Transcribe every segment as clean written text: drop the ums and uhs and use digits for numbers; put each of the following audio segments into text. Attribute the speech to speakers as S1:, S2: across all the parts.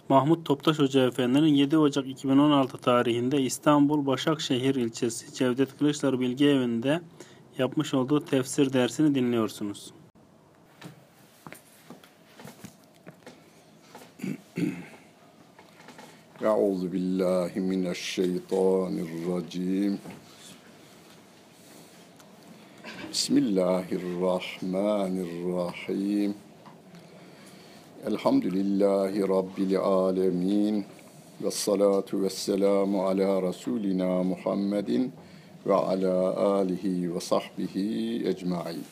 S1: Mahmut Toptaş Hoca Efendi'nin 7 Ocak 2016 tarihinde İstanbul Başakşehir ilçesi Cevdet Kılıçlar Bilgi Evi'nde yapmış olduğu tefsir dersini dinliyorsunuz.
S2: Euzu billahi mineşşeytanirracim. Bismillahirrahmanirrahim. Elhamdülillahi Rabbil alemin. Vessalatu vesselamu ala Resulina Muhammedin ve ala alihi ve sahbihi ecmain.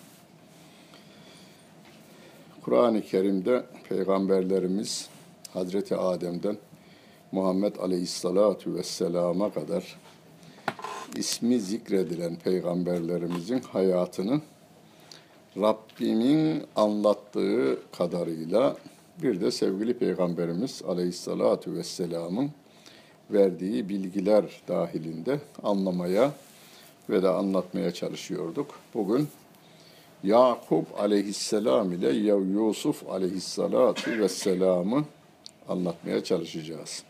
S2: Kur'an-ı Kerim'de peygamberlerimiz Hazreti Adem'den Muhammed Aleyhisselatu Vesselam'a kadar ismi zikredilen peygamberlerimizin hayatını Rabbimin anlattığı kadarıyla bir de sevgili Peygamberimiz Aleyhisselatu Vesselam'ın verdiği bilgiler dahilinde anlamaya ve de anlatmaya çalışıyorduk. Bugün Yakup Aleyhisselam ile Yusuf Aleyhisselatu Vesselam'ı anlatmaya çalışacağız.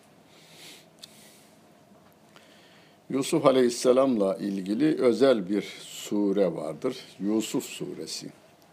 S2: Yusuf Aleyhisselam'la ilgili özel bir sure vardır. Yusuf suresi.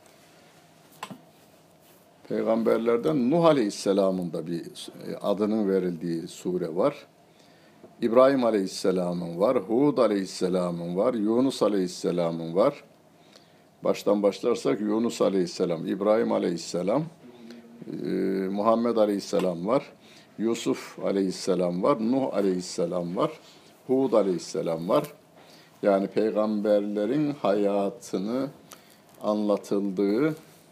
S2: Peygamberlerden Nuh Aleyhisselam'ın da bir adının verildiği sure var. İbrahim Aleyhisselam'ın var, Hud Aleyhisselam'ın var, Yunus Aleyhisselam'ın var. Baştan başlarsak Yunus Aleyhisselam, İbrahim Aleyhisselam, Muhammed Aleyhisselam var, Yusuf Aleyhisselam var, Nuh Aleyhisselam var, Hud Aleyhisselam var. Yani peygamberlerin hayatını anlatıldığı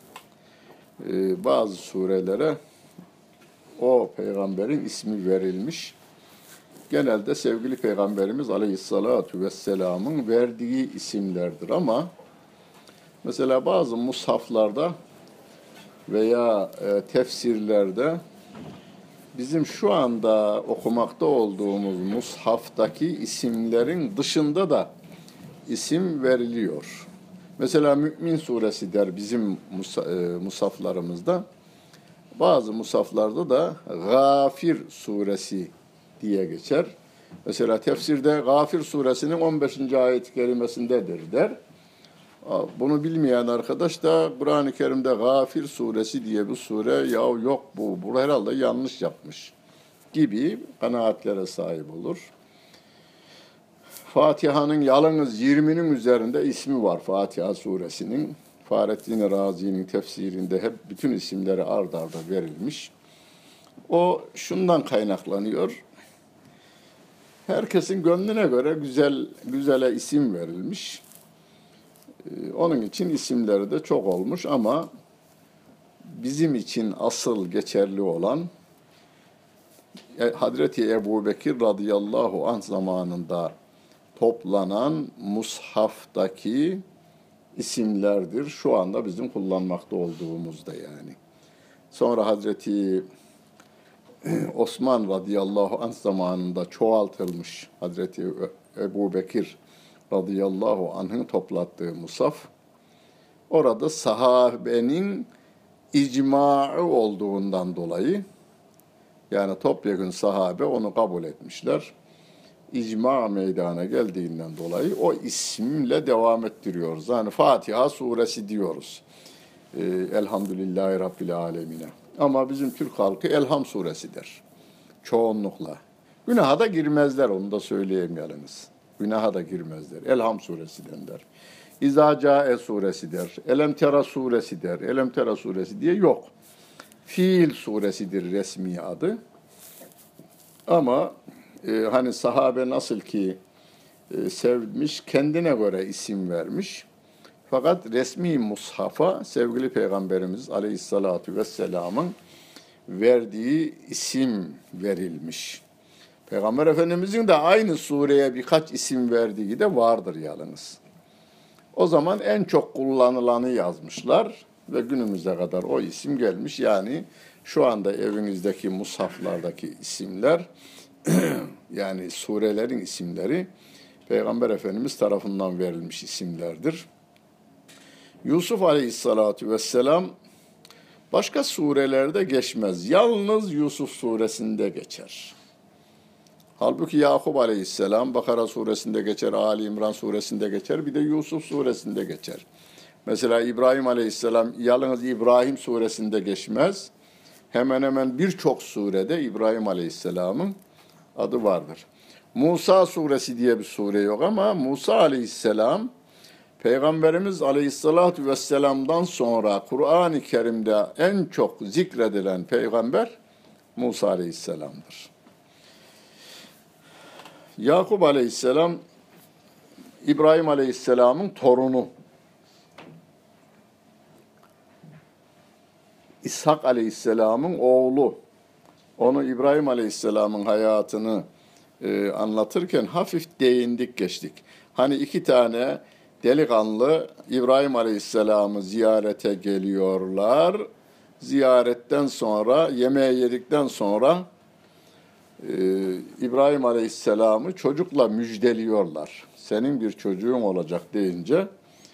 S2: bazı surelere o peygamberin ismi verilmiş. Genelde sevgili Peygamberimiz Aleyhissalatu Vesselam'ın verdiği isimlerdir ama mesela bazı mushaflarda veya tefsirlerde bizim şu anda okumakta olduğumuz mushaftaki isimlerin dışında da isim veriliyor. Mesela Mü'min suresi der bizim mushaflarımızda. Bazı mushaflarda da Gafir suresi diye geçer. Mesela tefsirde Gafir suresinin 15. ayet-i kerimesindedir der. Bunu bilmeyen arkadaş da Kur'an-ı Kerim'de Gafir suresi diye bir sure yok bu herhalde yanlış yapmış gibi kanaatlere sahip olur. Fatiha'nın yalnız 20'nin üzerinde ismi var Fatiha suresinin. Fahrettin Razi'nin tefsirinde hep bütün isimleri ard arda verilmiş. O şundan kaynaklanıyor. Herkesin gönlüne göre güzele isim verilmiş. Onun için isimleri de çok olmuş ama bizim için asıl geçerli olan Hazreti Ebubekir radıyallahu anh zamanında toplanan mushaftaki isimlerdir. Şu anda bizim kullanmakta olduğumuzda yani. Sonra Hazreti Osman radıyallahu anh zamanında çoğaltılmış Hazreti Ebubekir radıyallahu anh'ın toplattığı mushaf. Orada sahabenin icmaı olduğundan dolayı yani topyekun sahabe onu kabul etmişler. İcma meydana geldiğinden dolayı o isimle devam ettiriyoruz. Yani Fatiha suresi diyoruz. Elhamdülillahi Rabbil alemine. Ama bizim Türk halkı Elham suresi der. Çoğunlukla. Günaha da girmezler, onu da söyleyeyim yalnız. Günaha da girmezler. Elham suresi der. İzâ câe suresi der. Elem tera suresi der. Elem tera suresi diye yok. Fiil suresidir resmi adı. Ama hani sahabe nasıl ki sevmiş, kendine göre isim vermiş. Fakat resmi mushafa sevgili Peygamberimiz Aleyhissalatu Vesselam'ın verdiği isim verilmiş. Peygamber Efendimizin de aynı sureye birkaç isim verdiği de vardır yalnız. O zaman en çok kullanılanı yazmışlar ve günümüze kadar o isim gelmiş. Yani şu anda evinizdeki mushaflardaki isimler yani surelerin isimleri Peygamber Efendimiz tarafından verilmiş isimlerdir. Yusuf Aleyhissalatu Vesselam Başka surelerde geçmez. Yalnız Yusuf suresinde geçer. Halbuki Yakup Aleyhisselam Bakara suresinde geçer, Ali İmran suresinde geçer, bir de Yusuf suresinde geçer. Mesela İbrahim Aleyhisselam yalnız İbrahim suresinde geçmez. Hemen hemen birçok surede İbrahim Aleyhisselam'ın adı vardır. Musa suresi diye bir sure yok ama Musa Aleyhisselam Peygamberimiz Aleyhisselatü Vesselam'dan sonra Kur'an-ı Kerim'de en çok zikredilen peygamber Musa Aleyhisselam'dır. Yakup Aleyhisselam İbrahim Aleyhisselam'ın torunu. İshak Aleyhisselam'ın oğlu. Onu İbrahim Aleyhisselam'ın hayatını anlatırken hafif değindik geçtik. Hani iki tane delikanlı İbrahim Aleyhisselam'ı ziyarete geliyorlar. Ziyaretten sonra, yemeği yedikten sonra İbrahim Aleyhisselam'ı çocukla müjdeliyorlar. Senin bir çocuğun olacak deyince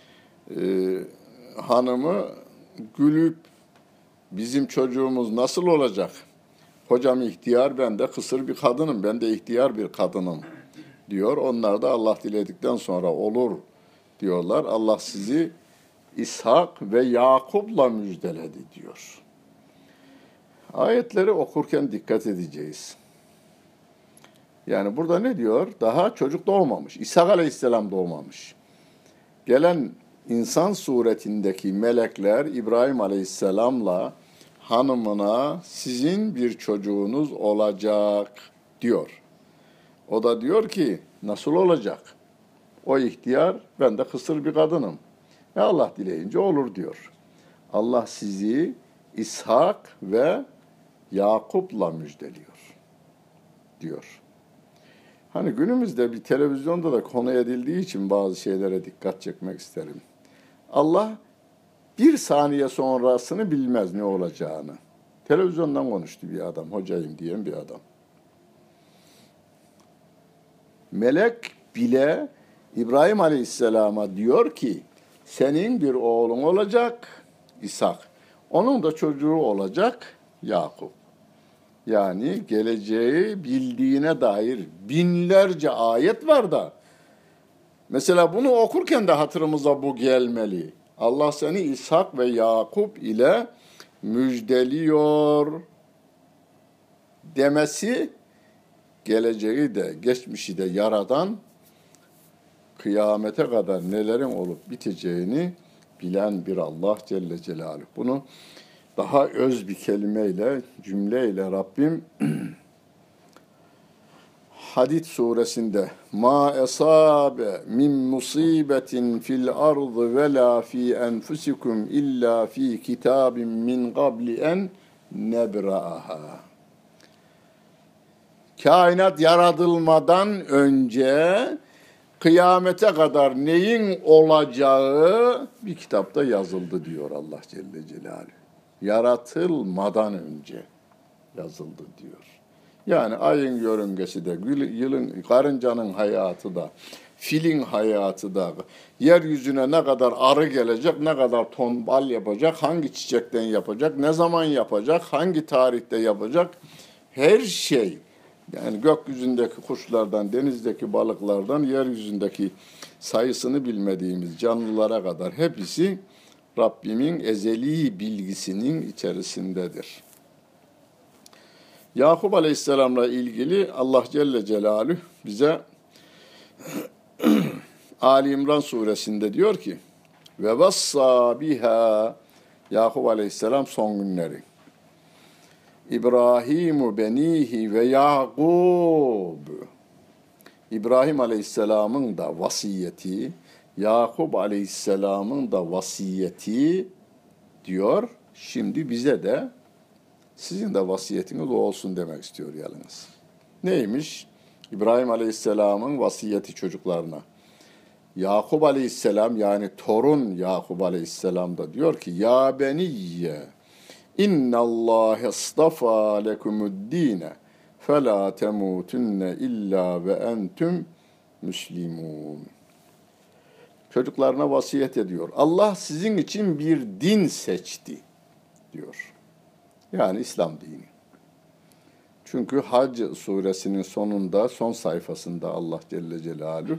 S2: hanımı gülüp bizim çocuğumuz nasıl olacak? Hocam ihtiyar, ben de kısır bir kadınım, ben de ihtiyar bir kadınım diyor. Onlar da Allah diledikten sonra olur diyorlar. Allah sizi İshak ve Yakup'la müjdeledi diyor. Ayetleri okurken dikkat edeceğiz. Yani burada ne diyor? Daha çocuk doğmamış. İshak Aleyhisselam doğmamış. Gelen insan suretindeki melekler İbrahim Aleyhisselam'la hanımına sizin bir çocuğunuz olacak diyor. O da diyor ki nasıl olacak? O ihtiyar, ben de kısır bir kadınım. Allah dileyince olur diyor. Allah sizi İshak ve Yakup'la müjdeliyor diyor. Hani günümüzde bir televizyonda da konu edildiği için bazı şeylere dikkat çekmek isterim. Allah bir saniye sonrasını bilmez ne olacağını. Televizyondan konuştu bir adam, hocayım diyen bir adam. Melek bile İbrahim Aleyhisselam'a diyor ki, senin bir oğlun olacak İshak. Onun da çocuğu olacak Yakup. Yani geleceği bildiğine dair binlerce ayet var da. Mesela bunu okurken de hatırımıza bu gelmeli. Allah seni İshak ve Yakup ile müjdeliyor demesi, geleceği de geçmişi de yaradan, kıyamete kadar nelerin olup biteceğini bilen bir Allah Celle Celaluhu. Bunu daha öz bir kelimeyle, cümleyle Rabbim Hadid suresinde ma esabe min musibetin fil ardı ve la fi enfusikum illa fi kitabin min qabli en nebra'aha. Kainat yaratılmadan önce kıyamete kadar neyin olacağı bir kitapta yazıldı diyor Allah Celle Celaluhu. Yaratılmadan önce yazıldı diyor. Yani ayın yörüngesi de, yılın, karıncanın hayatı da, filin hayatı da, yeryüzüne ne kadar arı gelecek, ne kadar ton bal yapacak, hangi çiçekten yapacak, ne zaman yapacak, hangi tarihte yapacak, her şey, yani gökyüzündeki kuşlardan, denizdeki balıklardan, yeryüzündeki sayısını bilmediğimiz canlılara kadar hepsi Rabbimin ezeli bilgisinin içerisindedir. Yakup Aleyhisselam'la ilgili Allah Celle Celaluhu bize Ali İmran suresinde diyor ki ve vassa biha, Yakup Aleyhisselam son günleri, İbrahimu benihi ve Yakub, İbrahim Aleyhisselam'ın da vasiyeti, Yakup Aleyhisselam'ın da vasiyeti diyor. Şimdi bize de sizin de vasiyetiniz olsun demek istiyor yalnız. Neymiş? İbrahim Aleyhisselam'ın vasiyeti çocuklarına. Yakup Aleyhisselam, yani torun Yakup Aleyhisselam da diyor ki ya beniyye innallâhe istafâ lekumuddîne felâ temûtunne illâ ve entüm müslimûn. Çocuklarına vasiyet ediyor. Allah sizin için bir din seçti diyor. Yani İslam dini. Çünkü Hac suresinin sonunda, son sayfasında Allah Celle Celaluhu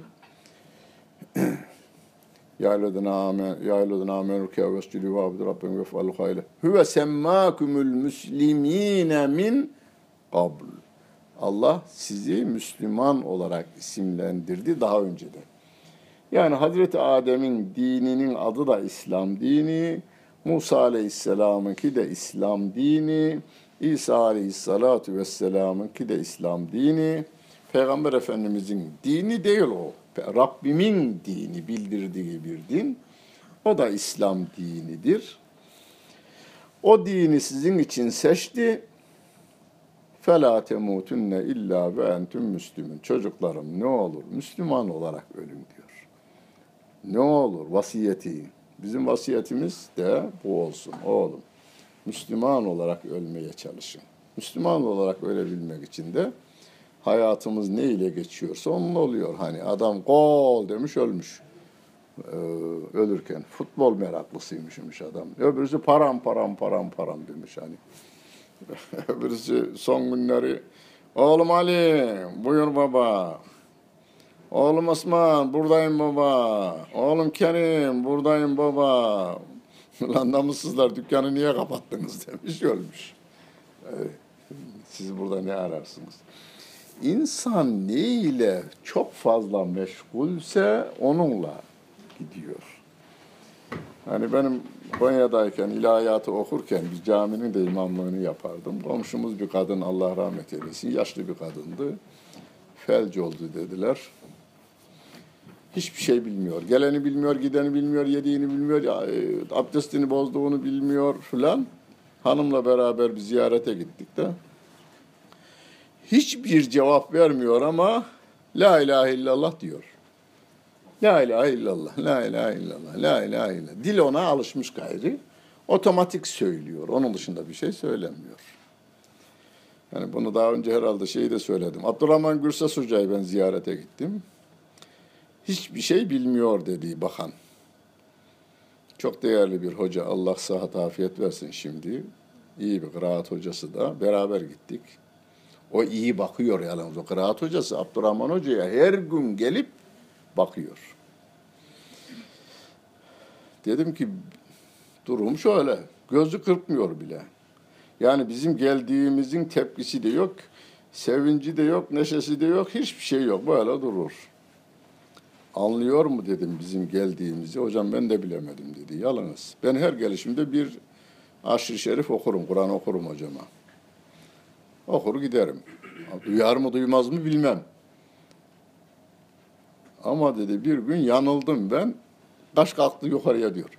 S2: Ya eyyühellezine amenü rükû vescudû va'budu rabbekum vef'alû hayre. Huve semmâkumul müslimîne min qabl. Allah sizi Müslüman olarak isimlendirdi daha önceden. Yani Hazreti Adem'in dininin adı da İslam dini, Musa Aleyhisselam'ınki de İslam dini, İsa Aleyhisselatü Vesselam'ınki de İslam dini, Peygamber Efendimizin dini değil o. Rabbimin dini bildirdiği bir din. O da İslam dinidir. O dini sizin için seçti. فَلَا تَمُوتُنَّ illa ve entüm müslümün. Çocuklarım ne olur Müslüman olarak ölün diyor. Ne olur vasiyeti. Bizim vasiyetimiz de bu olsun oğlum. Müslüman olarak ölmeye çalışın. Müslüman olarak ölebilmek için de hayatımız ne ile geçiyorsa onunla oluyor. Hani adam gol demiş ölmüş. Ölürken futbol meraklısıymışmış adam. Öbürüsü param demiş hani. Öbürüsü son günleri oğlum Ali buyur baba. Oğlum Osman buradayım baba. Oğlum Kerim buradayım baba. Lan namussuzlar dükkanı niye kapattınız demiş ölmüş. Siz burada ne ararsınız? İnsan ne ile çok fazla meşgulse onunla gidiyor. Hani benim Konya'dayken ilahiyatı okurken bir caminin de imamlığını yapardım. Komşumuz bir kadın Allah rahmet eylesin. Yaşlı bir kadındı. Felç oldu dediler. Hiçbir şey bilmiyor. Geleni bilmiyor, gideni bilmiyor, yediğini bilmiyor, abdestini bozduğunu bilmiyor filan. Hanımla beraber bir ziyarete gittik de. Hiçbir cevap vermiyor ama La ilahe illallah diyor. La ilahe illallah, la ilahe illallah, la ilahe illallah. Dil ona alışmış gayri. Otomatik söylüyor. Onun dışında bir şey söylemiyor. Yani bunu daha önce herhalde de söyledim. Abdurrahman Gürses Hoca'yı ben ziyarete gittim. Hiçbir şey bilmiyor dedi bakan. Çok değerli bir hoca. Allah sıhhat afiyet versin şimdi. İyi bir kıraat hocası da. Beraber gittik. O iyi bakıyor yalnız. O kıraat hocası Abdurrahman Hoca'ya her gün gelip bakıyor. Dedim ki durum şöyle. Gözü kırpmıyor bile. Yani bizim geldiğimizin tepkisi de yok. Sevinci de yok. Neşesi de yok. Hiçbir şey yok. Böyle durur. Anlıyor mu dedim bizim geldiğimizi. Hocam ben de bilemedim dedi. Yalnız ben her gelişimde bir aşırı şerif okurum. Kur'an okurum hocama. Okur giderim. Duyar mı duymaz mı bilmem. Ama dedi bir gün yanıldım ben. Kaş kalktı yukarıya diyor.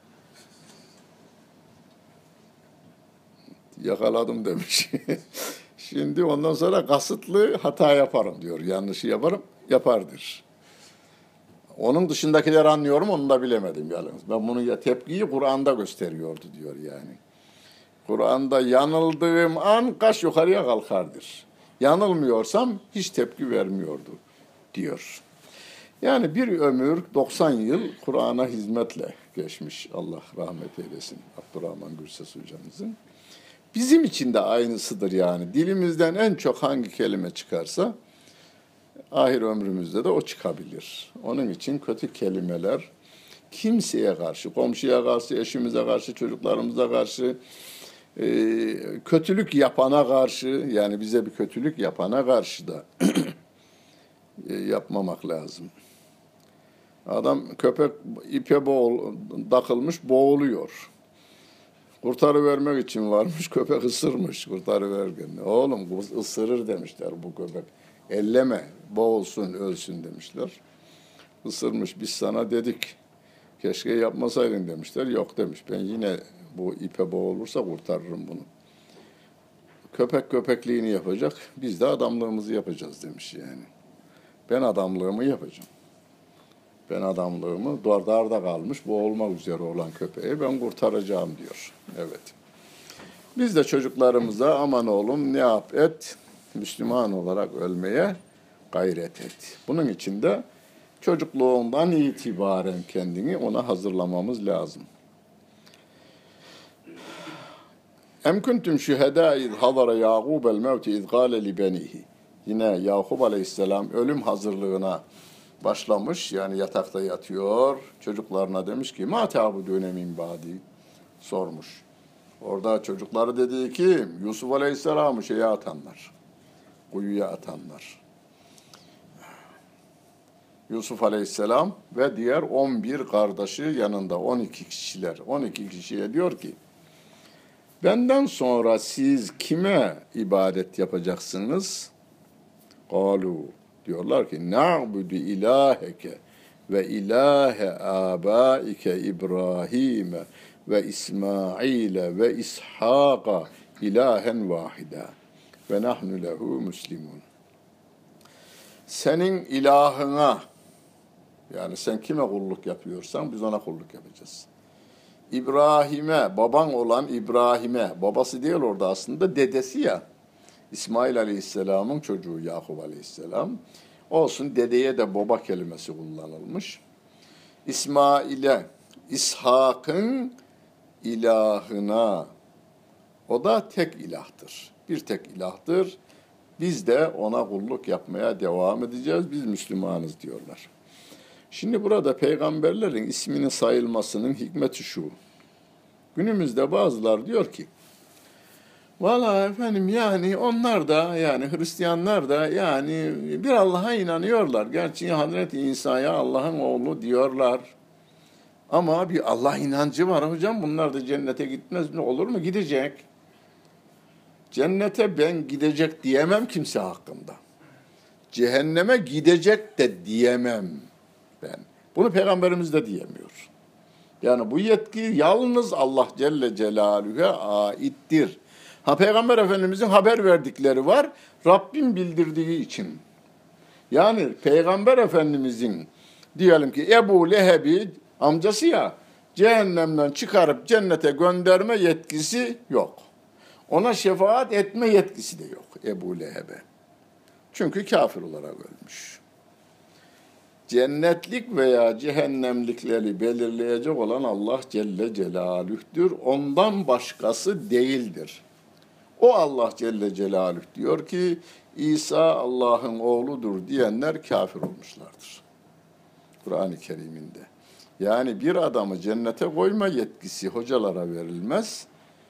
S2: Yakaladım demiş. Şimdi ondan sonra kasıtlı hata yaparım diyor. Yanlışı yaparım, yapardır. Onun dışındakileri anlıyorum, onu da bilemedim yalnız. Ben bunu ya tepkiyi Kur'an'da gösteriyordu diyor yani. Kur'an'da yanıldığım an kaş yukarıya kalkardır. Yanılmıyorsam hiç tepki vermiyordu diyor. Yani bir ömür 90 yıl Kur'an'a hizmetle geçmiş. Allah rahmet eylesin Abdurrahman Gürses hocamızın. Bizim için de aynısıdır yani. Dilimizden en çok hangi kelime çıkarsa ahir ömrümüzde de o çıkabilir. Onun için kötü kelimeler kimseye karşı, komşuya karşı, eşimize karşı, çocuklarımıza karşı, kötülük yapana karşı, yani bize bir kötülük yapana karşı da yapmamak lazım. Adam köpek ipe takılmış boğuluyor. Kurtarıvermek için varmış, köpek ısırmış kurtarıverirken. Oğlum bu ısırır demişler bu köpek. Elleme, boğulsun, ölsün demişler. Isırmış, biz sana dedik. Keşke yapmasaydın demişler. Yok demiş, ben yine bu ipe boğulursa kurtarırım bunu. Köpek köpekliğini yapacak, biz de adamlığımızı yapacağız demiş yani. Ben adamlığımı yapacağım. Ben adamlığımı darda kalmış, boğulmak üzere olan köpeği ben kurtaracağım diyor. Evet. Biz de çocuklarımıza aman oğlum ne yap et, Müslüman olarak ölmeye gayret et. Bunun için de çocukluğundan itibaren kendini ona hazırlamamız lazım. Em kuntum şuhedâ iz hadara Yâgûbel mevti iz gâle li benihi. Yine Yakup Aleyhisselam ölüm hazırlığına başlamış. Yani yatakta yatıyor. Çocuklarına demiş ki mâ te'abudûne min ba'dî sormuş. Orada çocukları dediği ki Yusuf Aleyhisselam'ı şeye atanlar. Kuyuya atanlar. Yusuf Aleyhisselam ve diğer 11 kardeşi yanında 12 kişiler. 12 kişiye diyor ki benden sonra siz kime ibadet yapacaksınız? Kalu diyorlar ki na'budu ilaheke ve ilahe abaike İbrahim ve İsmail ve İshaka ilahen vahida ve nahnu lehu muslimun. Senin ilahına, yani sen kime kulluk yapıyorsan biz ona kulluk yapacağız. İbrahim'e, baban olan İbrahim'e, babası değil orada aslında dedesi ya. İsmail Aleyhisselam'ın çocuğu Yakup Aleyhisselam. Olsun dedeye de baba kelimesi kullanılmış. İsmail'e, İshak'ın ilahına, o da tek ilahtır. Bir tek ilahtır. Biz de ona kulluk yapmaya devam edeceğiz. Biz Müslümanız diyorlar. Şimdi burada peygamberlerin isminin sayılmasının hikmeti şu. Günümüzde bazılar diyor ki valla efendim yani onlar da yani Hristiyanlar da yani bir Allah'a inanıyorlar. Gerçi Hazreti İsa'ya Allah'ın oğlu diyorlar. Ama bir Allah inancı var hocam. Bunlar da cennete gitmez mi? Olur mu? Gidecek. Cennete ben gidecek diyemem kimse hakkında. Cehenneme gidecek de diyemem ben. Bunu Peygamberimiz de diyemiyor. Yani bu yetki yalnız Allah Celle Celaluhu'ya aittir. Ha Peygamber Efendimizin haber verdikleri var. Rabbim bildirdiği için. Yani Peygamber Efendimizin diyelim ki Ebu Leheb'i amcası ya cehennemden çıkarıp cennete gönderme yetkisi yok. Ona şefaat etme yetkisi de yok Ebu Leheb'e. Çünkü kafir olarak ölmüş. Cennetlik veya cehennemlikleri belirleyecek olan Allah Celle Celaluh'tür. Ondan başkası değildir. O Allah Celle Celaluhu diyor ki İsa Allah'ın oğludur diyenler kafir olmuşlardır. Kur'an-ı Kerim'inde. Yani bir adamı cennete koyma yetkisi hocalara verilmez.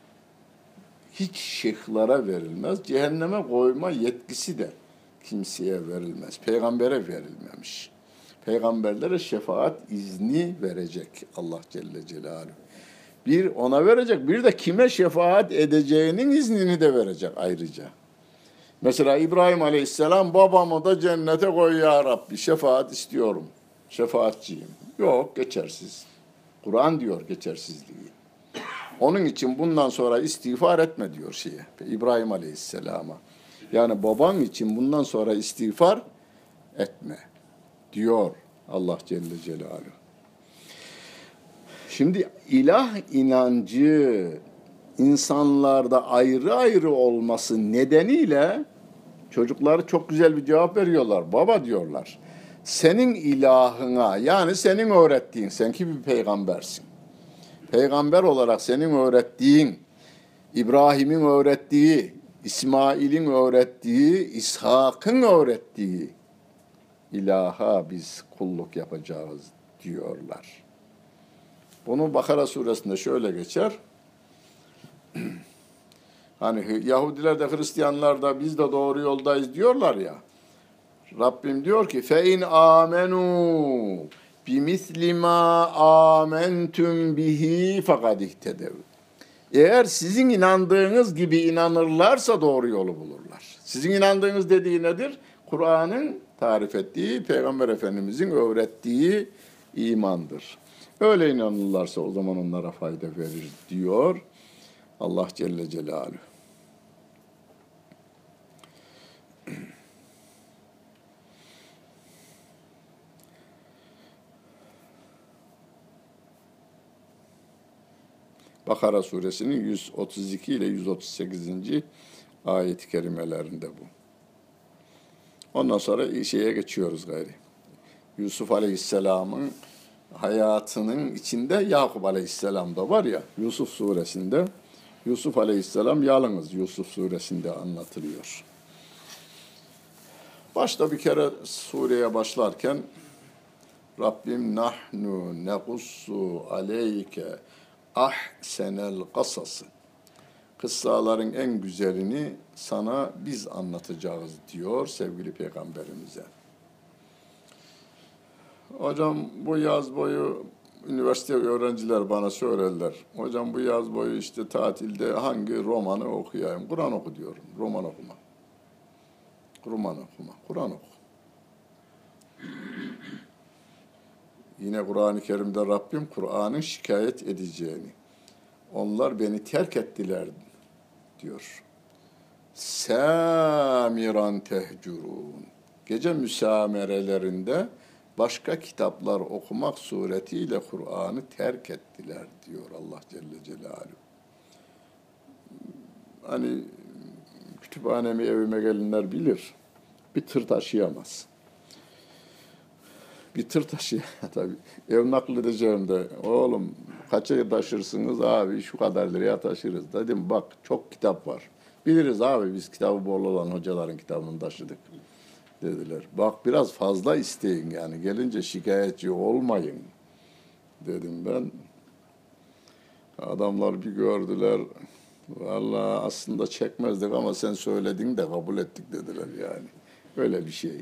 S2: Hiç şeyhlere verilmez. Cehenneme koyma yetkisi de kimseye verilmez. Peygambere verilmemiş. Peygamberlere şefaat izni verecek Allah Celle Celaluhu. Bir ona verecek, bir de kime şefaat edeceğinin iznini de verecek ayrıca. Mesela İbrahim Aleyhisselam babamı da cennete koy ya Rabbi, şefaat istiyorum, şefaatçiyim. Yok, geçersiz. Kur'an diyor geçersizliği. Onun için bundan sonra istiğfar etme diyor İbrahim Aleyhisselam'a. Yani baban için bundan sonra istiğfar etme diyor Allah Celle Celaluhu. Şimdi ilah inancı insanlarda ayrı ayrı olması nedeniyle çocuklar çok güzel bir cevap veriyorlar. Baba diyorlar, senin ilahına yani senin öğrettiğin, sen ki bir peygambersin. Peygamber olarak senin öğrettiğin, İbrahim'in öğrettiği, İsmail'in öğrettiği, İshak'ın öğrettiği ilaha biz kulluk yapacağız diyorlar. Bunu Bakara suresinde şöyle geçer. Hani Yahudiler de Hristiyanlar da biz de doğru yoldayız diyorlar ya. Rabbim diyor ki fe in amenu bimisli ma amentum bihi fekad ihtedev. Eğer sizin inandığınız gibi inanırlarsa doğru yolu bulurlar. Sizin inandığınız dediği nedir? Kur'an'ın tarif ettiği, Peygamber Efendimizin öğrettiği imandır. Öyle inanırlarsa o zaman onlara fayda verir diyor Allah Celle Celaluhu. Bakara suresinin 132 ile 138. ayet-i kerimelerinde bu. Ondan sonra şeye geçiyoruz gayri. Yusuf Aleyhisselam'ın hayatının içinde Yakup Aleyhisselam da var ya Yusuf suresinde Yusuf Aleyhisselam yalnız Yusuf suresinde anlatılıyor. Başta bir kere sureye başlarken Rabbim nahnu nekussu aleyke ahsenel kasası. Kıssaların en güzelini sana biz anlatacağız diyor sevgili Peygamberimize. Hocam bu yaz boyu üniversite öğrenciler bana söylerler. Hocam bu yaz boyu işte tatilde hangi romanı okuyayım? Kur'an oku diyorum. Roman okuma. Roman okuma. Kur'an oku. Yine Kur'an-ı Kerim'de Rabbim Kur'an'ın şikayet edeceğini, onlar beni terk ettiler diyor. Samiran tehcurun. Gece müsamerelerinde başka kitaplar okumak suretiyle Kur'an'ı terk ettiler diyor Allah Celle Celaluhu. Hani kütüphanemi evime gelenler bilir. Bir tır taşıyamaz. Bir tır tabii. Ev nakledeceğim de oğlum kaça taşırsınız abi şu kadar liraya taşırız. Dedim bak çok kitap var. Biliriz abi biz kitabı bol olan hocaların kitabını taşıdık dediler. Bak biraz fazla isteyin yani gelince şikayetçi olmayın dedim ben. Adamlar bir gördüler. Vallahi aslında çekmezdik ama sen söyledin de kabul ettik dediler yani. Öyle bir şey.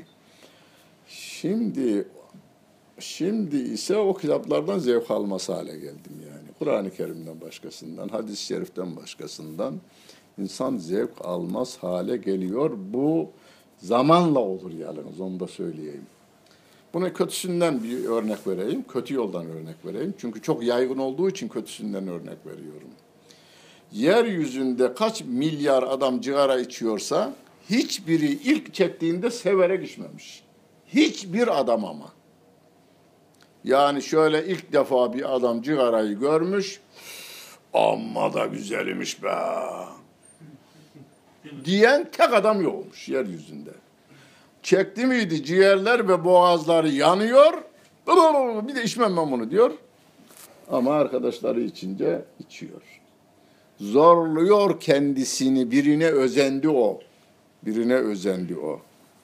S2: Şimdi ise o kitaplardan zevk alması hale geldim yani. Kur'an-ı Kerim'den başkasından, hadis-i şeriften başkasından insan zevk almaz hale geliyor. Bu zamanla olur yalnız, onu da söyleyeyim. Buna kötüsünden bir örnek vereyim, kötü yoldan örnek vereyim. Çünkü çok yaygın olduğu için kötüsünden örnek veriyorum. Yeryüzünde kaç milyar adam sigara içiyorsa hiçbiri ilk çektiğinde severek içmemiş. Hiçbir adam ama. Yani şöyle ilk defa bir adam cigarayı görmüş, amma da güzelmiş be diyen tek adam yokmuş yeryüzünde. Çekti miydi ciğerler ve boğazları yanıyor, bir de içmem ben bunu diyor. Ama arkadaşları içince içiyor. Zorluyor kendisini, birine özendi o. Birine özendi o.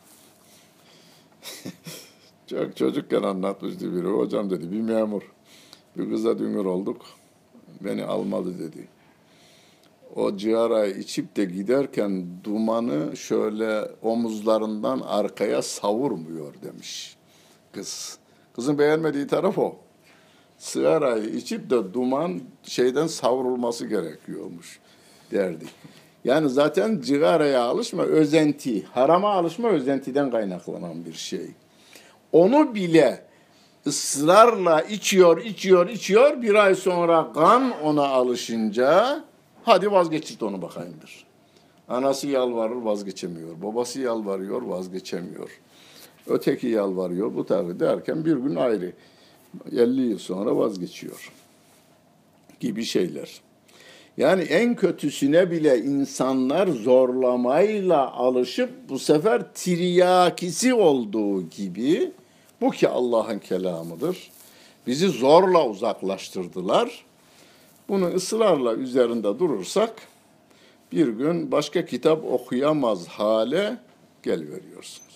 S2: Çok çocukken anlatmıştı biri. Hocam dedi bir memur. Bir kıza dünür olduk. Beni almadı dedi. O cigarayı içip de giderken dumanı şöyle omuzlarından arkaya savurmuyor demiş kız. Kızın beğenmediği taraf o. Sigarayı içip de duman şeyden savrulması gerekiyormuş derdi. Yani zaten cigaraya alışma özenti, harama alışma özentiden kaynaklanan bir şey. Onu bile ısrarla içiyor. Bir ay sonra kan ona alışınca hadi vazgeçirt onu bakayımdır. Anası yalvarır vazgeçemiyor. Babası yalvarıyor vazgeçemiyor. Öteki yalvarıyor bu tabi derken bir gün ayrı. 50 yıl sonra vazgeçiyor gibi şeyler. Yani en kötüsüne bile insanlar zorlamayla alışıp bu sefer tiryakisi olduğu gibi bu ki Allah'ın kelamıdır. Bizi zorla uzaklaştırdılar. Bunu ısrarla üzerinde durursak bir gün başka kitap okuyamaz hale geliveriyorsunuz.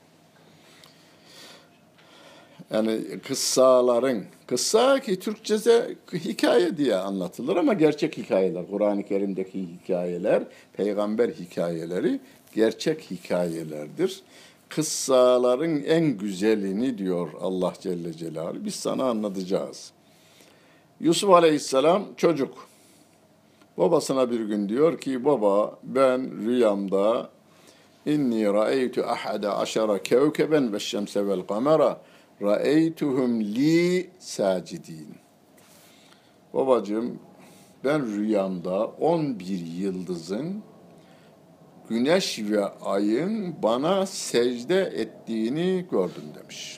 S2: Yani kıssa ki Türkçe'de hikaye diye anlatılır ama gerçek hikayeler, Kur'an-ı Kerim'deki hikayeler, peygamber hikayeleri gerçek hikayelerdir. Kıssaların en güzelini diyor Allah Celle Celaluhu, biz sana anlatacağız. Yusuf Aleyhisselam çocuk. Babasına bir gün diyor ki, baba ben rüyamda inni ra'eytu ahada aşara kevkeben ve şemse vel kamera ra'eytuhum li sacidin. Babacığım ben rüyamda 11 yıldızın güneş ve ayın bana secde ettiğini gördüm demiş.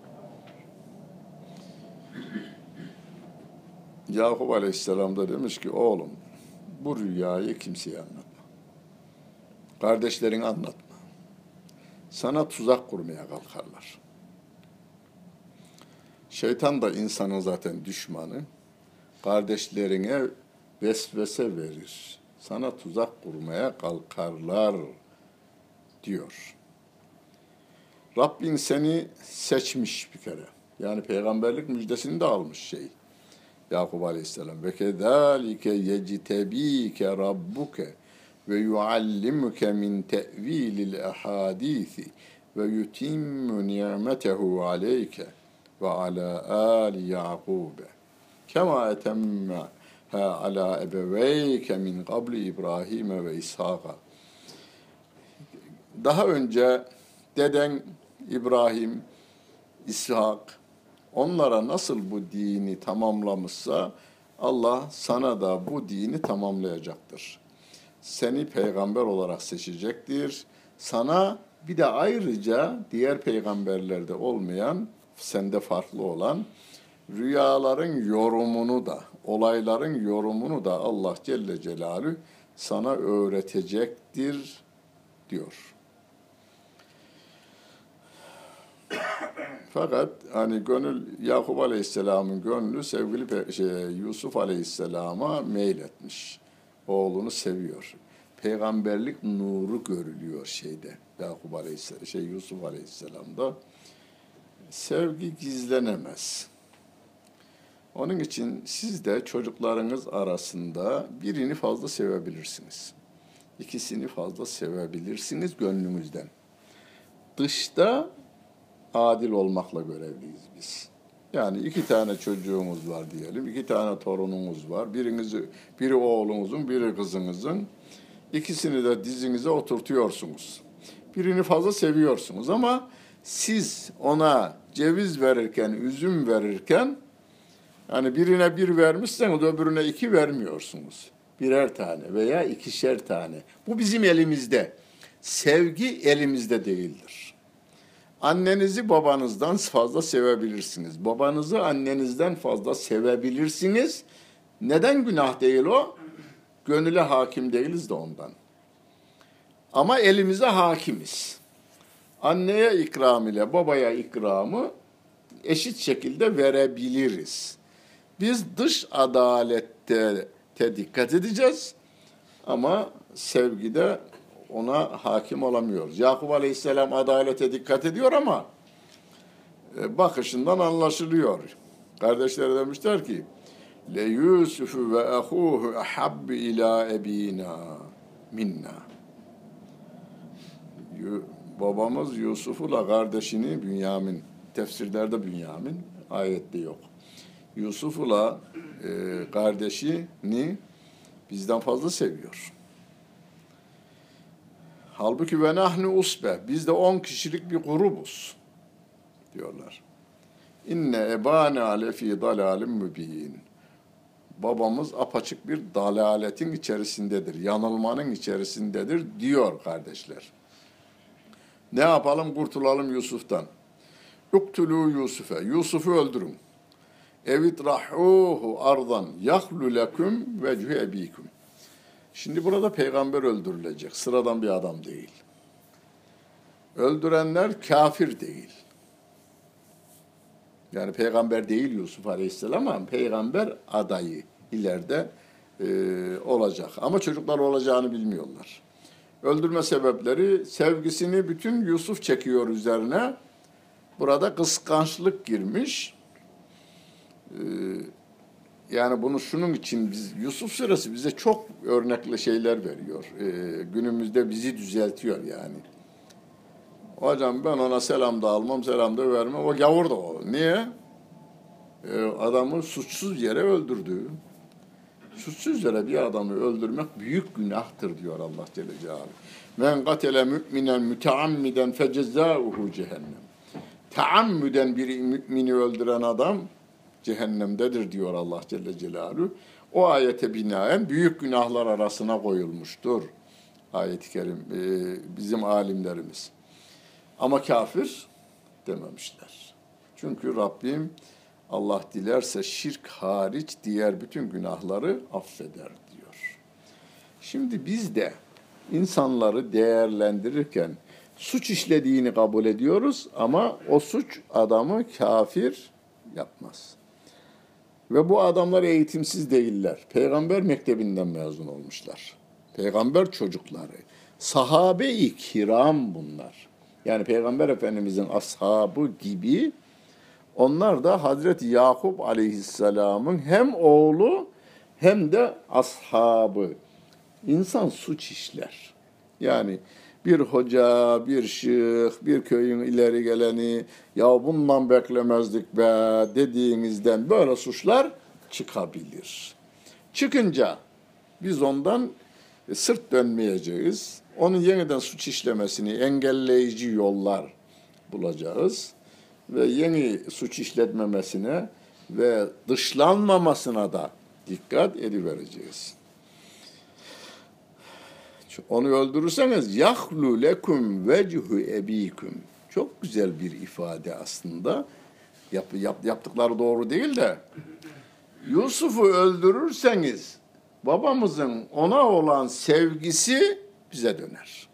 S2: Yakup Aleyhisselam da demiş ki oğlum bu rüyayı kimseye anlatma. Kardeşlerin anlatma. Sana tuzak kurmaya kalkarlar. Şeytan da insanın zaten düşmanı. Kardeşlerine vesvese verir. Sana tuzak kurmaya kalkarlar diyor. Rabbin seni seçmiş bir kere. Yani peygamberlik müjdesini de almış Yakup Aleyhisselam. Ve kezalike yectebike rabbuke ve yuallimuke min te'vilil ahadisi ve yutimmu ni'metehu aleyke ve ala ali Yakub'e kema etemme ala ebeveyke min qabli İbrahim ve İshak'a. Daha önce deden İbrahim, İshak onlara nasıl bu dini tamamlamışsa Allah sana da bu dini tamamlayacaktır. Seni peygamber olarak seçecektir. Sana bir de ayrıca diğer peygamberlerde olmayan, sende farklı olan rüyaların yorumunu da, olayların yorumunu da Allah Celle Celaluhu sana öğretecektir diyor. Fakat hani Yakup Aleyhisselam'ın gönlü sevgili Yusuf Aleyhisselam'a meyletmiş. Oğlunu seviyor. Peygamberlik nuru görülüyor Yakup Aleyhisselam, Yusuf Aleyhisselam'da. Sevgi gizlenemez. Onun için siz de çocuklarınız arasında birini fazla sevebilirsiniz. İkisini fazla sevebilirsiniz gönlünüzden. Dışta adil olmakla görevliyiz biz. Yani 2 tane çocuğumuz var diyelim, 2 tane torunumuz var. Biri oğlunuzun, biri kızınızın. İkisini de dizinize oturtuyorsunuz. Birini fazla seviyorsunuz ama siz ona ceviz verirken, üzüm verirken hani birine 1 vermişseniz öbürüne 2 vermiyorsunuz. 1'er tane veya 2'şer tane. Bu bizim elimizde. Sevgi elimizde değildir. Annenizi babanızdan fazla sevebilirsiniz. Babanızı annenizden fazla sevebilirsiniz. Neden günah değil o? Gönüle hakim değiliz de ondan. Ama elimize hakimiz. Anneye ikram ile babaya ikramı eşit şekilde verebiliriz. Biz dış adalette dikkat edeceğiz ama sevgide ona hakim olamıyoruz. Yakup Aleyhisselam adalete dikkat ediyor ama bakışından anlaşılıyor. Kardeşleri demişler ki Le Yusufu ve ahuhu ahabbi ila ebina minna. Babamız Yusuf'la kardeşini Bünyamin, tefsirlerde Bünyamin, ayette yok. Yusuf'la kardeşini bizden fazla seviyor. Halbuki ve nahnu usbe, biz de 10 kişilik bir grubuz diyorlar. İnne ebâne lefî dalâlim mübîn. Babamız apaçık bir dalaletin içerisindedir, yanılmanın içerisindedir diyor kardeşler. Ne yapalım? Kurtulalım Yusuf'tan. Uktulû Yusuf'e. Yusuf'u öldürün. Evitrahûhu ardan yahlu leküm vechü ebîküm. Şimdi burada peygamber öldürülecek. Sıradan bir adam değil. Öldürenler kafir değil. Yani peygamber değil Yusuf Aleyhisselam ama peygamber adayı ileride olacak. Ama çocuklar olacağını bilmiyorlar. Öldürme sebepleri sevgisini bütün Yusuf çekiyor üzerine. Burada kıskançlık girmiş. Yani bunu şunun için Yusuf suresi bize çok örnekli şeyler veriyor. Günümüzde bizi düzeltiyor yani. Hocam ben ona selam da almam, selam da vermem. O gavur da o. Niye? Adamı suçsuz yere öldürdü. Suçsuz yere bir adamı öldürmek büyük günahtır diyor Allah Celle Celaluhu. Men katele mü'minen müteammiden fecezâuhu cehennem. Taammüden bir mümini öldüren adam cehennemdedir diyor Allah Celle Celaluhu. O ayete binaen büyük günahlar arasına koyulmuştur. Ayet-i kerim bizim alimlerimiz. Ama kafir dememişler. Çünkü Rabbim Allah dilerse şirk hariç diğer bütün günahları affeder diyor. Şimdi biz de insanları değerlendirirken suç işlediğini kabul ediyoruz ama o suç adamı kafir yapmaz. Ve bu adamlar eğitimsiz değiller. Peygamber mektebinden mezun olmuşlar. Peygamber çocukları. Sahabe-i kiram bunlar. Yani Peygamber Efendimizin ashabı gibi onlar da Hazreti Yakup Aleyhisselam'ın hem oğlu hem de ashabı. İnsan suç işler. Yani bir hoca, bir şeyh, bir köyün ileri geleni ya bundan beklemezdik be dediğimizden böyle suçlar çıkabilir. Çıkınca biz ondan sırt dönmeyeceğiz. Onun yeniden suç işlemesini engelleyici yollar bulacağız. Ve yeni suç işletmemesine ve dışlanmamasına da dikkat edivereceğiz. Onu öldürürseniz yahlu lekum vechu ebikum. Çok güzel bir ifade aslında. Yaptıkları doğru değil de Yusuf'u öldürürseniz babamızın ona olan sevgisi bize döner.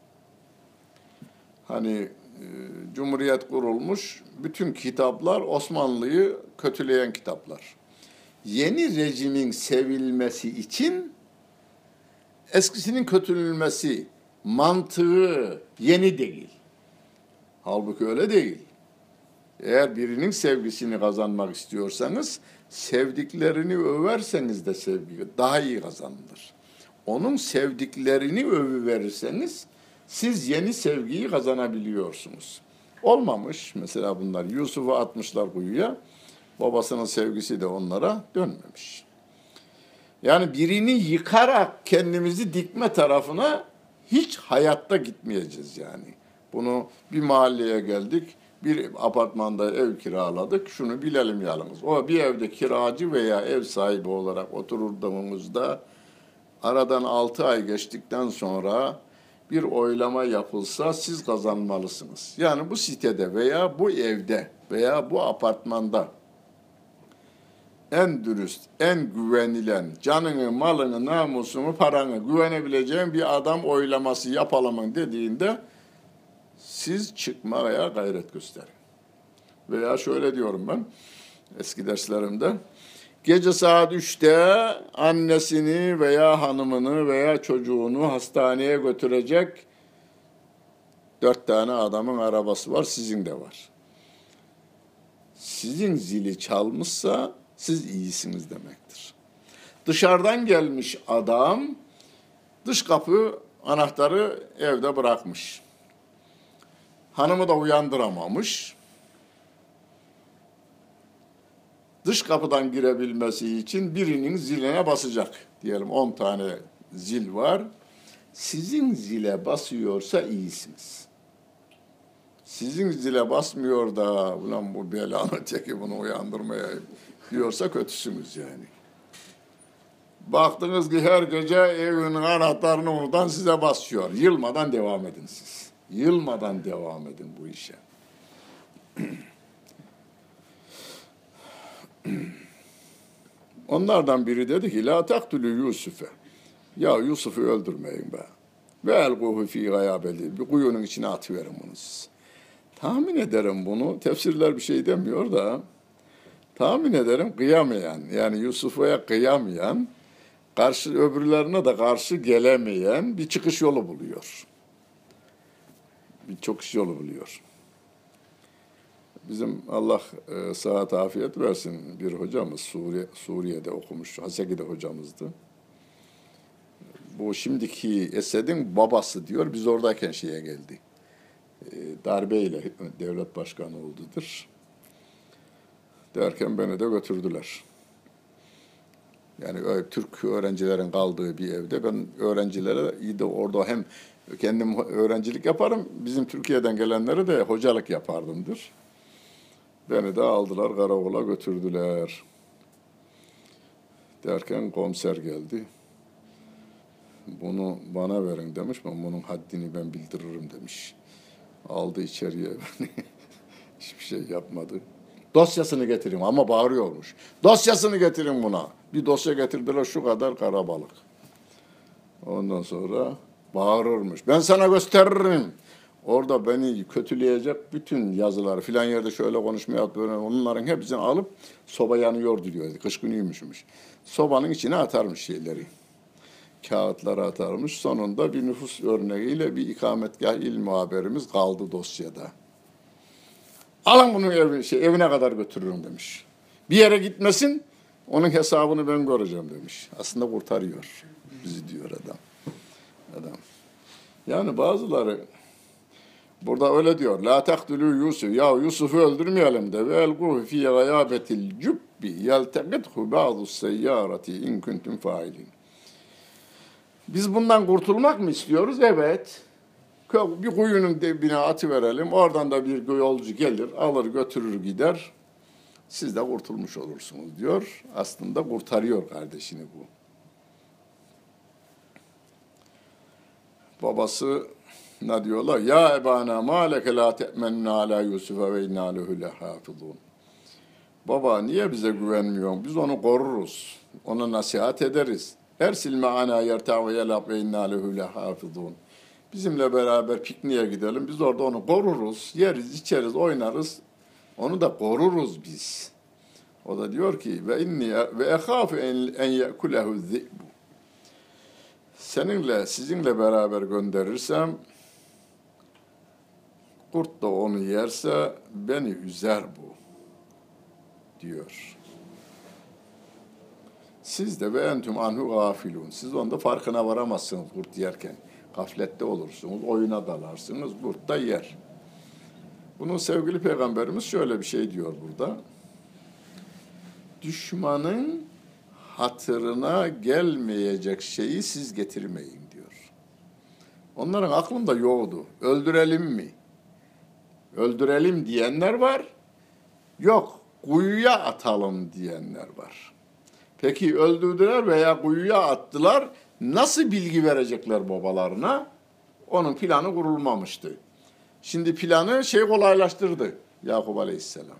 S2: Hani Cumhuriyet kurulmuş, bütün kitaplar Osmanlı'yı kötüleyen kitaplar. Yeni rejimin sevilmesi için eskisinin kötülenmesi mantığı yeni değil. Halbuki öyle değil. Eğer birinin sevgisini kazanmak istiyorsanız, sevdiklerini överseniz de sevgi daha iyi kazanılır. Onun sevdiklerini övüverirseniz, siz yeni sevgiyi kazanabiliyorsunuz. Olmamış, mesela bunlar Yusuf'u atmışlar kuyuya, babasının sevgisi de onlara dönmemiş. Yani birini yıkarak kendimizi dikme tarafına hiç hayatta gitmeyeceğiz yani. Bunu bir mahalleye geldik, bir apartmanda ev kiraladık, şunu bilelim yalnız. O bir evde kiracı veya ev sahibi olarak oturduğumuzda aradan 6 ay geçtikten sonra bir oylama yapılsa siz kazanmalısınız. Yani bu sitede veya bu evde veya bu apartmanda en dürüst, en güvenilen, canını, malını, namusunu, paranı güvenebileceğin bir adam oylaması yapalım dediğinde siz çıkmaya gayret gösterin. Veya şöyle diyorum ben eski derslerimde, gece saat 3'te annesini veya hanımını veya çocuğunu hastaneye götürecek 4 tane adamın arabası var, sizin de var. Sizin zili çalmışsa siz iyisiniz demektir. Dışarıdan gelmiş adam dış kapı anahtarı evde bırakmış. Hanımı da uyandıramamış. Dış kapıdan girebilmesi için birinin ziline basacak. Diyelim 10 tane zil var. Sizin zile basıyorsa iyisiniz. Sizin zile basmıyor da ulan bu belanı teki bunu uyandırmaya diyorsa kötüsünüz yani. Baktınız ki her gece evinin anahtarını oradan size basıyor. Yılmadan devam edin siz. Yılmadan devam edin bu işe. Onlardan biri dedi ki la taktulü Yusuf'e. Ya Yusuf'u öldürmeyin be. Ve elguhu fi gayabeli. Bir kuyunun içine atıverin bunu siz. Tahmin ederim bunu. Tefsirler bir şey demiyor da tahmin ederim kıyamayan, yani Yusuf'a kıyamayan, karşı öbürlerine de karşı gelemeyen bir çıkış yolu buluyor. Bir çıkış yolu buluyor. Bizim Allah sıhhat afiyet versin bir hocamız Suriye'de okumuş, Haseki'de hocamızdı. Bu şimdiki Esed'in babası diyor, biz oradayken şeye geldi. Darbeyle devlet başkanı oldudur. Derken beni de götürdüler. Yani Türk öğrencilerin kaldığı bir evde ben öğrencilere iyi de orada hem kendim öğrencilik yaparım, bizim Türkiye'den gelenlere de hocalık yapardımdır. Beni de aldılar, karakola götürdüler. Derken komiser geldi. Bunu bana verin demiş, ben bunun haddini ben bildiririm demiş. Aldı içeriye beni. Hiçbir şey yapmadı. Dosyasını getirin ama bağırıyormuş. Dosyasını getirin buna. Bir dosya getirdiler şu kadar karabalık. Ondan sonra bağırırmış. Ben sana gösteririm. Orada beni kötüleyecek bütün yazıları filan yerde şöyle konuşmaya böyle onların hepsini alıp soba yanıyordu diyor. Kış günüymüşmüş. Sobanın içine atarmış şeyleri. Kağıtları atarmış. Sonunda bir nüfus örneğiyle bir ikametgah il muhabirimiz kaldı dosyada. Alın bunu evine kadar götürürüm demiş. Bir yere gitmesin, onun hesabını ben göreceğim demiş. Aslında kurtarıyor bizi diyor adam. Yani bazıları burada öyle diyor. La taktulû Yusuf. Ya Yusuf'u öldürmeyelim de. Ve elguhu fî gayâbetil cübbi yelteqithu ba'dus seyyâreti in kuntum fâilin. Biz bundan kurtulmak mı istiyoruz? Evet. Bir kuyunun dibine atıverelim. Oradan da bir yolcu gelir, alır götürür gider. Siz de kurtulmuş olursunuz diyor. Aslında kurtarıyor kardeşini bu. Babası ne diyorlar? Ya ebana ma leke la te'mennâ alâ Yusuf'a ve innâ lehu lehâfizûn. Baba niye bize güvenmiyorsun? Biz onu koruruz. Ona nasihat ederiz. Ersil me'ana yertâ ve yelâb ve innâ lehu lehâfizûn. Bizimle beraber pikniğe gidelim. Biz orada onu koruruz. Yeriz, içeriz, oynarız. Onu da koruruz biz. O da diyor ki ve inni ve ehâfu en ye'kulehu zi'bu. Sizinle beraber gönderirsem kurt da onu yerse beni üzer bu diyor. Siz de ve entüm anhu gafilun. Siz onda farkına varamazsınız kurt yerken. Gaflette olursunuz, oyuna dalarsınız, kurt da yer. Bunu sevgili Peygamberimiz şöyle bir şey diyor burada. Düşmanın hatırına gelmeyecek şeyi siz getirmeyin diyor. Onların aklında yoktu. Öldürelim mi? Öldürelim diyenler var. Yok, kuyuya atalım diyenler var. Peki öldürdüler veya kuyuya attılar. Nasıl bilgi verecekler babalarına? Onun planı kurulmamıştı. Şimdi planı kolaylaştırdı Yakup Aleyhisselam.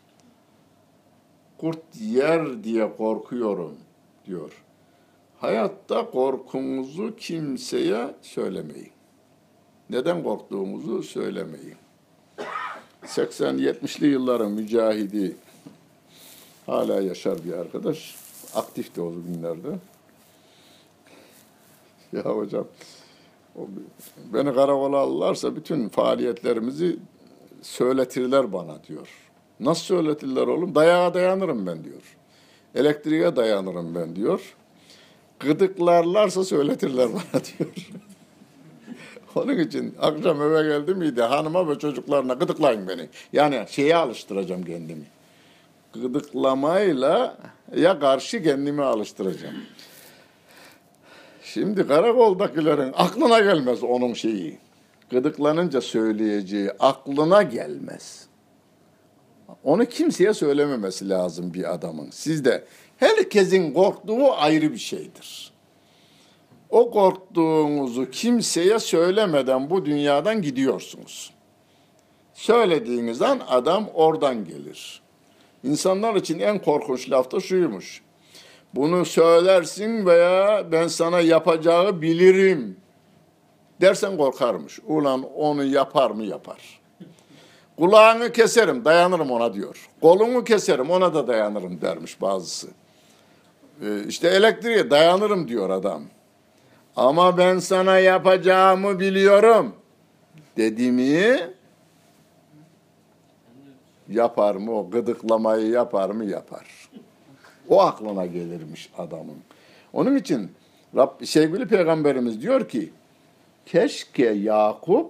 S2: Kurt yer diye korkuyorum diyor. Hayatta korkumuzu kimseye söylemeyin. Neden korktuğumuzu söylemeyin. 80-70'li yılların mücahidi hala yaşar bir arkadaş. Aktifti o günlerde. Ya hocam beni karakola alırlarsa bütün faaliyetlerimizi söyletirler bana diyor. Nasıl söyletirler oğlum? Dayağa dayanırım ben diyor. Elektriğe dayanırım ben diyor. Gıdıklarlarsa söyletirler bana diyor. Onun için akşam eve geldi miydi hanıma ve çocuklarına gıdıklayın beni. Yani alıştıracağım kendimi. Gıdıklamayla ya karşı kendimi alıştıracağım. Şimdi karakoldakilerin aklına gelmez onun şeyi. Gıdıklanınca söyleyeceği aklına gelmez. Onu kimseye söylememesi lazım bir adamın. Sizde herkesin korktuğu ayrı bir şeydir. O korktuğunuzu kimseye söylemeden bu dünyadan gidiyorsunuz. Söylediğiniz an adam oradan gelir. İnsanlar için en korkunç laf da şuymuş. Bunu söylersin veya ben sana yapacağı bilirim dersen korkarmış. Ulan onu yapar mı yapar. Kulağını keserim dayanırım ona diyor. Kolunu keserim ona da dayanırım dermiş bazısı. İşte elektriğe dayanırım diyor adam. Ama ben sana yapacağımı biliyorum dedi mi yapar mı o gıdıklamayı yapar mı yapar. O aklına gelirmiş adamın. Onun için sevgili Peygamberimiz diyor ki keşke Yakup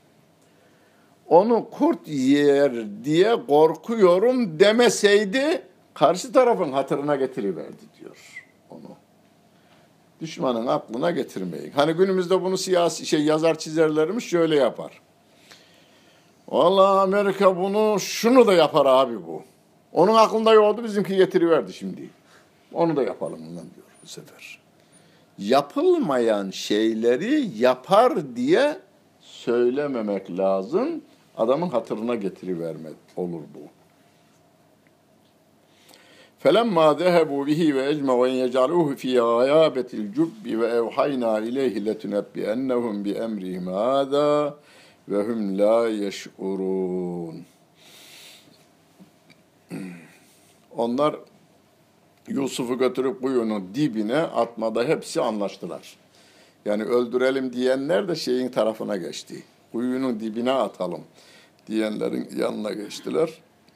S2: onu kurt yer diye korkuyorum demeseydi karşı tarafın hatırına getiriverdi diyor onu. Düşmanın aklına getirmeyin. Hani günümüzde bunu siyasi yazar çizerlerimiz şöyle yapar. Vallahi Amerika şunu da yapar abi bu. Onun aklında yoktu bizimki getiriverdi şimdi. Onu da yapalım bundan diyor bu sefer. Yapılmayan şeyleri yapar diye söylememek lazım. Adamın hatırına getirivermek olur bu. فَلَمَّا ذَهَبُوا بِهِ وَاَجْمَعُوا اَنْ يَجْعَلُوهُ فِي غَيَابَةِ الْجُبِّ وَاَوْحَيْنَا اِلَيْهِ لَتُنَبِّئَنَّهُمْ بِأَمْرِهِمْ هَذَا ve hum la yeş'urun. Onlar Yusuf'u götürüp kuyunun dibine atmada hepsi anlaştılar. Yani öldürelim diyenler de şeyin tarafına geçti. Kuyunun dibine atalım diyenlerin yanına geçtiler.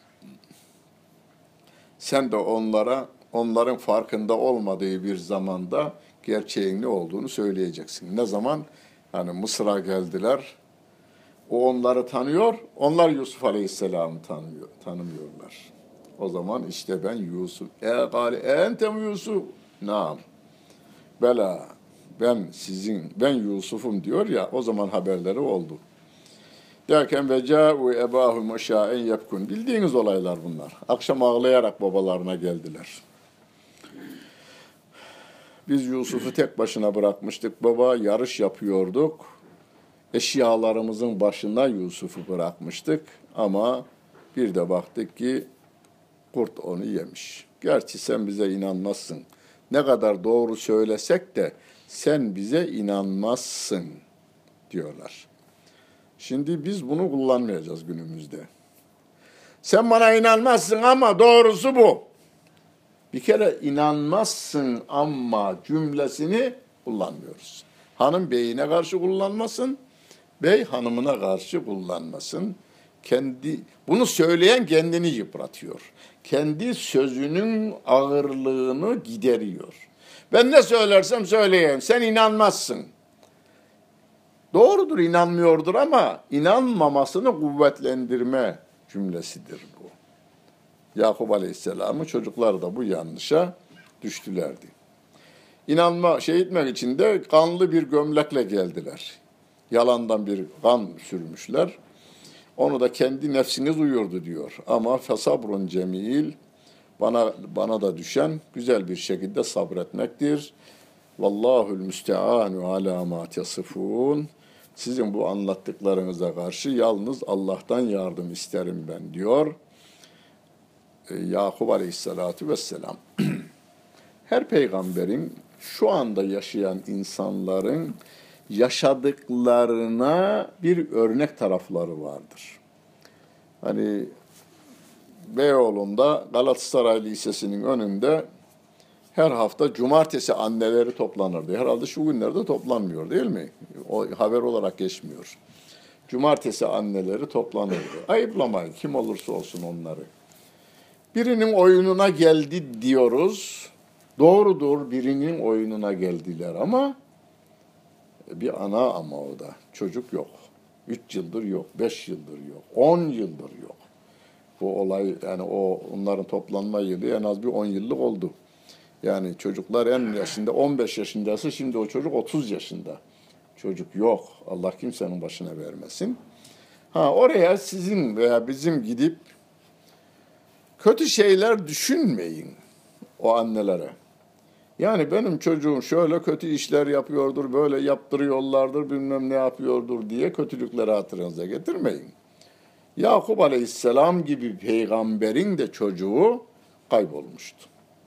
S2: Sen de onların farkında olmadığı bir zamanda gerçeğin ne olduğunu söyleyeceksin. Ne zaman? Hani Mısır'a geldiler. O onları tanıyor, onlar Yusuf Aleyhisselam'ı tanımıyorlar. O zaman işte ben Yusuf. Kâle entem Yusuf. Naam. Bela. Ben Yusuf'um diyor ya, o zaman haberleri oldu. Derken ve câ'u ebâhum eşâen yebkun. Bildiğiniz olaylar bunlar. Akşam ağlayarak babalarına geldiler. Biz Yusuf'u tek başına bırakmıştık baba, yarış yapıyorduk. Eşyalarımızın başına Yusuf'u bırakmıştık ama bir de baktık ki kurt onu yemiş. Gerçi sen bize inanmazsın. Ne kadar doğru söylesek de sen bize inanmazsın diyorlar. Şimdi biz bunu kullanmayacağız günümüzde. Sen bana inanmazsın ama doğrusu bu. Bir kere inanmazsın ama cümlesini kullanmıyoruz. Hanım beyine karşı kullanmasın, bey hanımına karşı kullanmasın. Bunu söyleyen kendini yıpratıyor. Kendi sözünün ağırlığını gideriyor. Ben ne söylersem söyleyeyim, sen inanmazsın. Doğrudur, inanmıyordur ama inanmamasını kuvvetlendirme cümlesidir bu. Yakup Aleyhisselam'ın çocukları da bu yanlışa düştülerdi. Etmek için de kanlı bir gömlekle geldiler. Yalandan bir kan sürmüşler. Onu da kendi nefsiniz uyurdu diyor. Ama fesabrun cemil, bana da düşen güzel bir şekilde sabretmektir. Vallahul müsteanu ala ma tesifun. Sizin bu anlattıklarınıza karşı yalnız Allah'tan yardım isterim ben diyor. Yakup Aleyhisselatü Vesselam. Her peygamberin şu anda yaşayan insanların yaşadıklarına bir örnek tarafları vardır. Hani Beyoğlu'nda Galatasaray Lisesi'nin önünde her hafta cumartesi anneleri toplanırdı. Herhalde şu günlerde toplanmıyor değil mi? O haber olarak geçmiyor. Cumartesi anneleri toplanırdı. Ayıplamayın kim olursa olsun onları. Birinin oyununa geldi diyoruz. Doğrudur, birinin oyununa geldiler ama bir ana ama o da. Çocuk yok. 3 yıldır yok, 5 yıldır yok, 10 yıldır yok. Bu olay yani onların toplanma yılı en az bir 10 yıllık oldu. Yani çocuklar en yaşında 15 yaşındaysa şimdi o çocuk 30 yaşında. Çocuk yok. Allah kimsenin başına vermesin. Oraya sizin veya bizim gidip kötü şeyler düşünmeyin o annelere. Yani benim çocuğum şöyle kötü işler yapıyordur, böyle yaptırıyorlardır, bilmem ne yapıyordur diye kötülükleri hatırınıza getirmeyin. Yakup Aleyhisselam gibi peygamberin de çocuğu kaybolmuştu.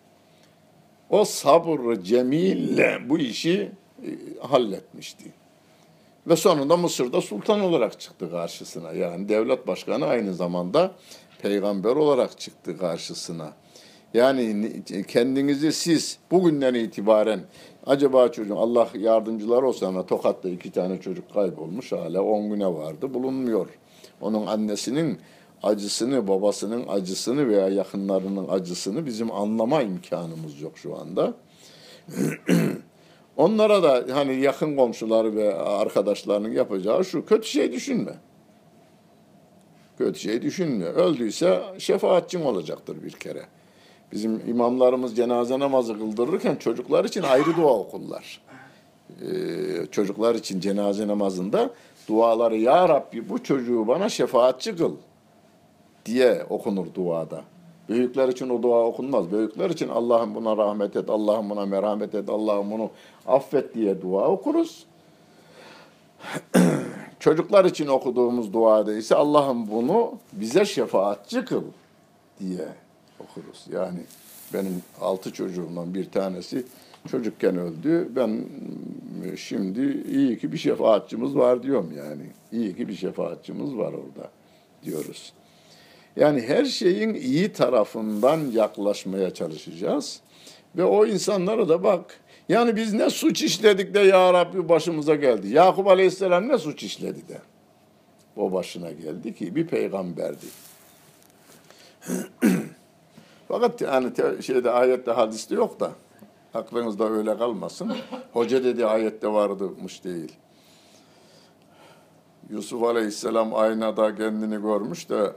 S2: O sabır cemille bu işi halletmişti. Ve sonunda Mısır'da sultan olarak çıktı karşısına. Yani devlet başkanı aynı zamanda peygamber olarak çıktı karşısına. Yani kendinizi siz bugünden itibaren acaba çocuğum Allah yardımcılar olsa ama Tokat'ta 2 tane çocuk kaybolmuş hala 10 güne vardı bulunmuyor. Onun annesinin acısını, babasının acısını veya yakınlarının acısını bizim anlama imkanımız yok şu anda. Onlara da hani yakın komşuları ve arkadaşlarının yapacağı şu, kötü şey düşünme. Kötü şey düşünme. Öldüyse şefaatçin olacaktır bir kere. Bizim imamlarımız cenaze namazı kıldırırken çocuklar için ayrı dua okurlar. Çocuklar için cenaze namazında duaları ya Rabbi bu çocuğu bana şefaatçi kıl diye okunur duada. Büyükler için o dua okunmaz. Büyükler için Allah'ım buna rahmet et, Allah'ım buna merhamet et, Allah'ım bunu affet diye dua okuruz. Çocuklar için okuduğumuz duada ise Allah'ım bunu bize şefaatçi kıl diye okuruz. Yani benim 6 çocuğumdan bir tanesi Çocukken öldü. Ben şimdi iyi ki bir şefaatçimiz var diyorum yani. İyi ki bir şefaatçimiz var orada diyoruz. Yani her şeyin iyi tarafından yaklaşmaya çalışacağız. Ve o insanlara da bak, yani biz ne suç işledik de ya Rabbi başımıza geldi. Yakup Aleyhisselam ne suç işledi de o başına geldi ki bir peygamberdi. Fakat yani ayette hadiste yok da aklınızda öyle kalmasın. Hoca dedi ayette varmış değil. Yusuf Aleyhisselam aynada kendini görmüş de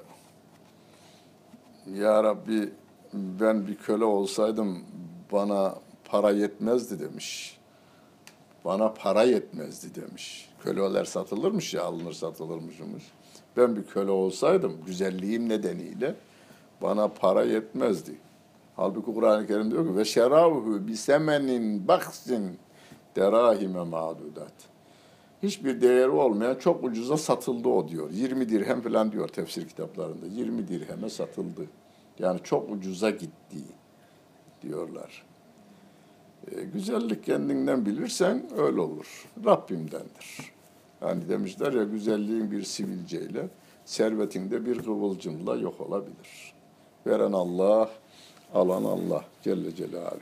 S2: ya Rabbi ben bir köle olsaydım bana para yetmezdi demiş. Bana para yetmezdi demiş. Köleler satılırmış ya, alınır satılırmışmış. Ben bir köle olsaydım güzelliğim nedeniyle bana para yetmezdi. Halbuki Kur'an-ı Kerim diyor ki ve şeravuhu bi semenin baksin derahime ma'dudat. Hiçbir değeri olmayan çok ucuza satıldı o diyor. 20 dirhem falan diyor tefsir kitaplarında. 20 dirheme satıldı. Yani çok ucuza gitti diyorlar. Güzellik kendinden bilirsen öyle olur. Rabbimdendir. Hani demişler ya güzelliğin bir sivilceyle, servetin de bir kıvılcımla yok olabilir. Veren Allah, alan Allah Celle Celaluhu.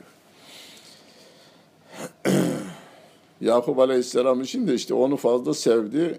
S2: Yakup Aleyhisselam için de işte onu fazla sevdi.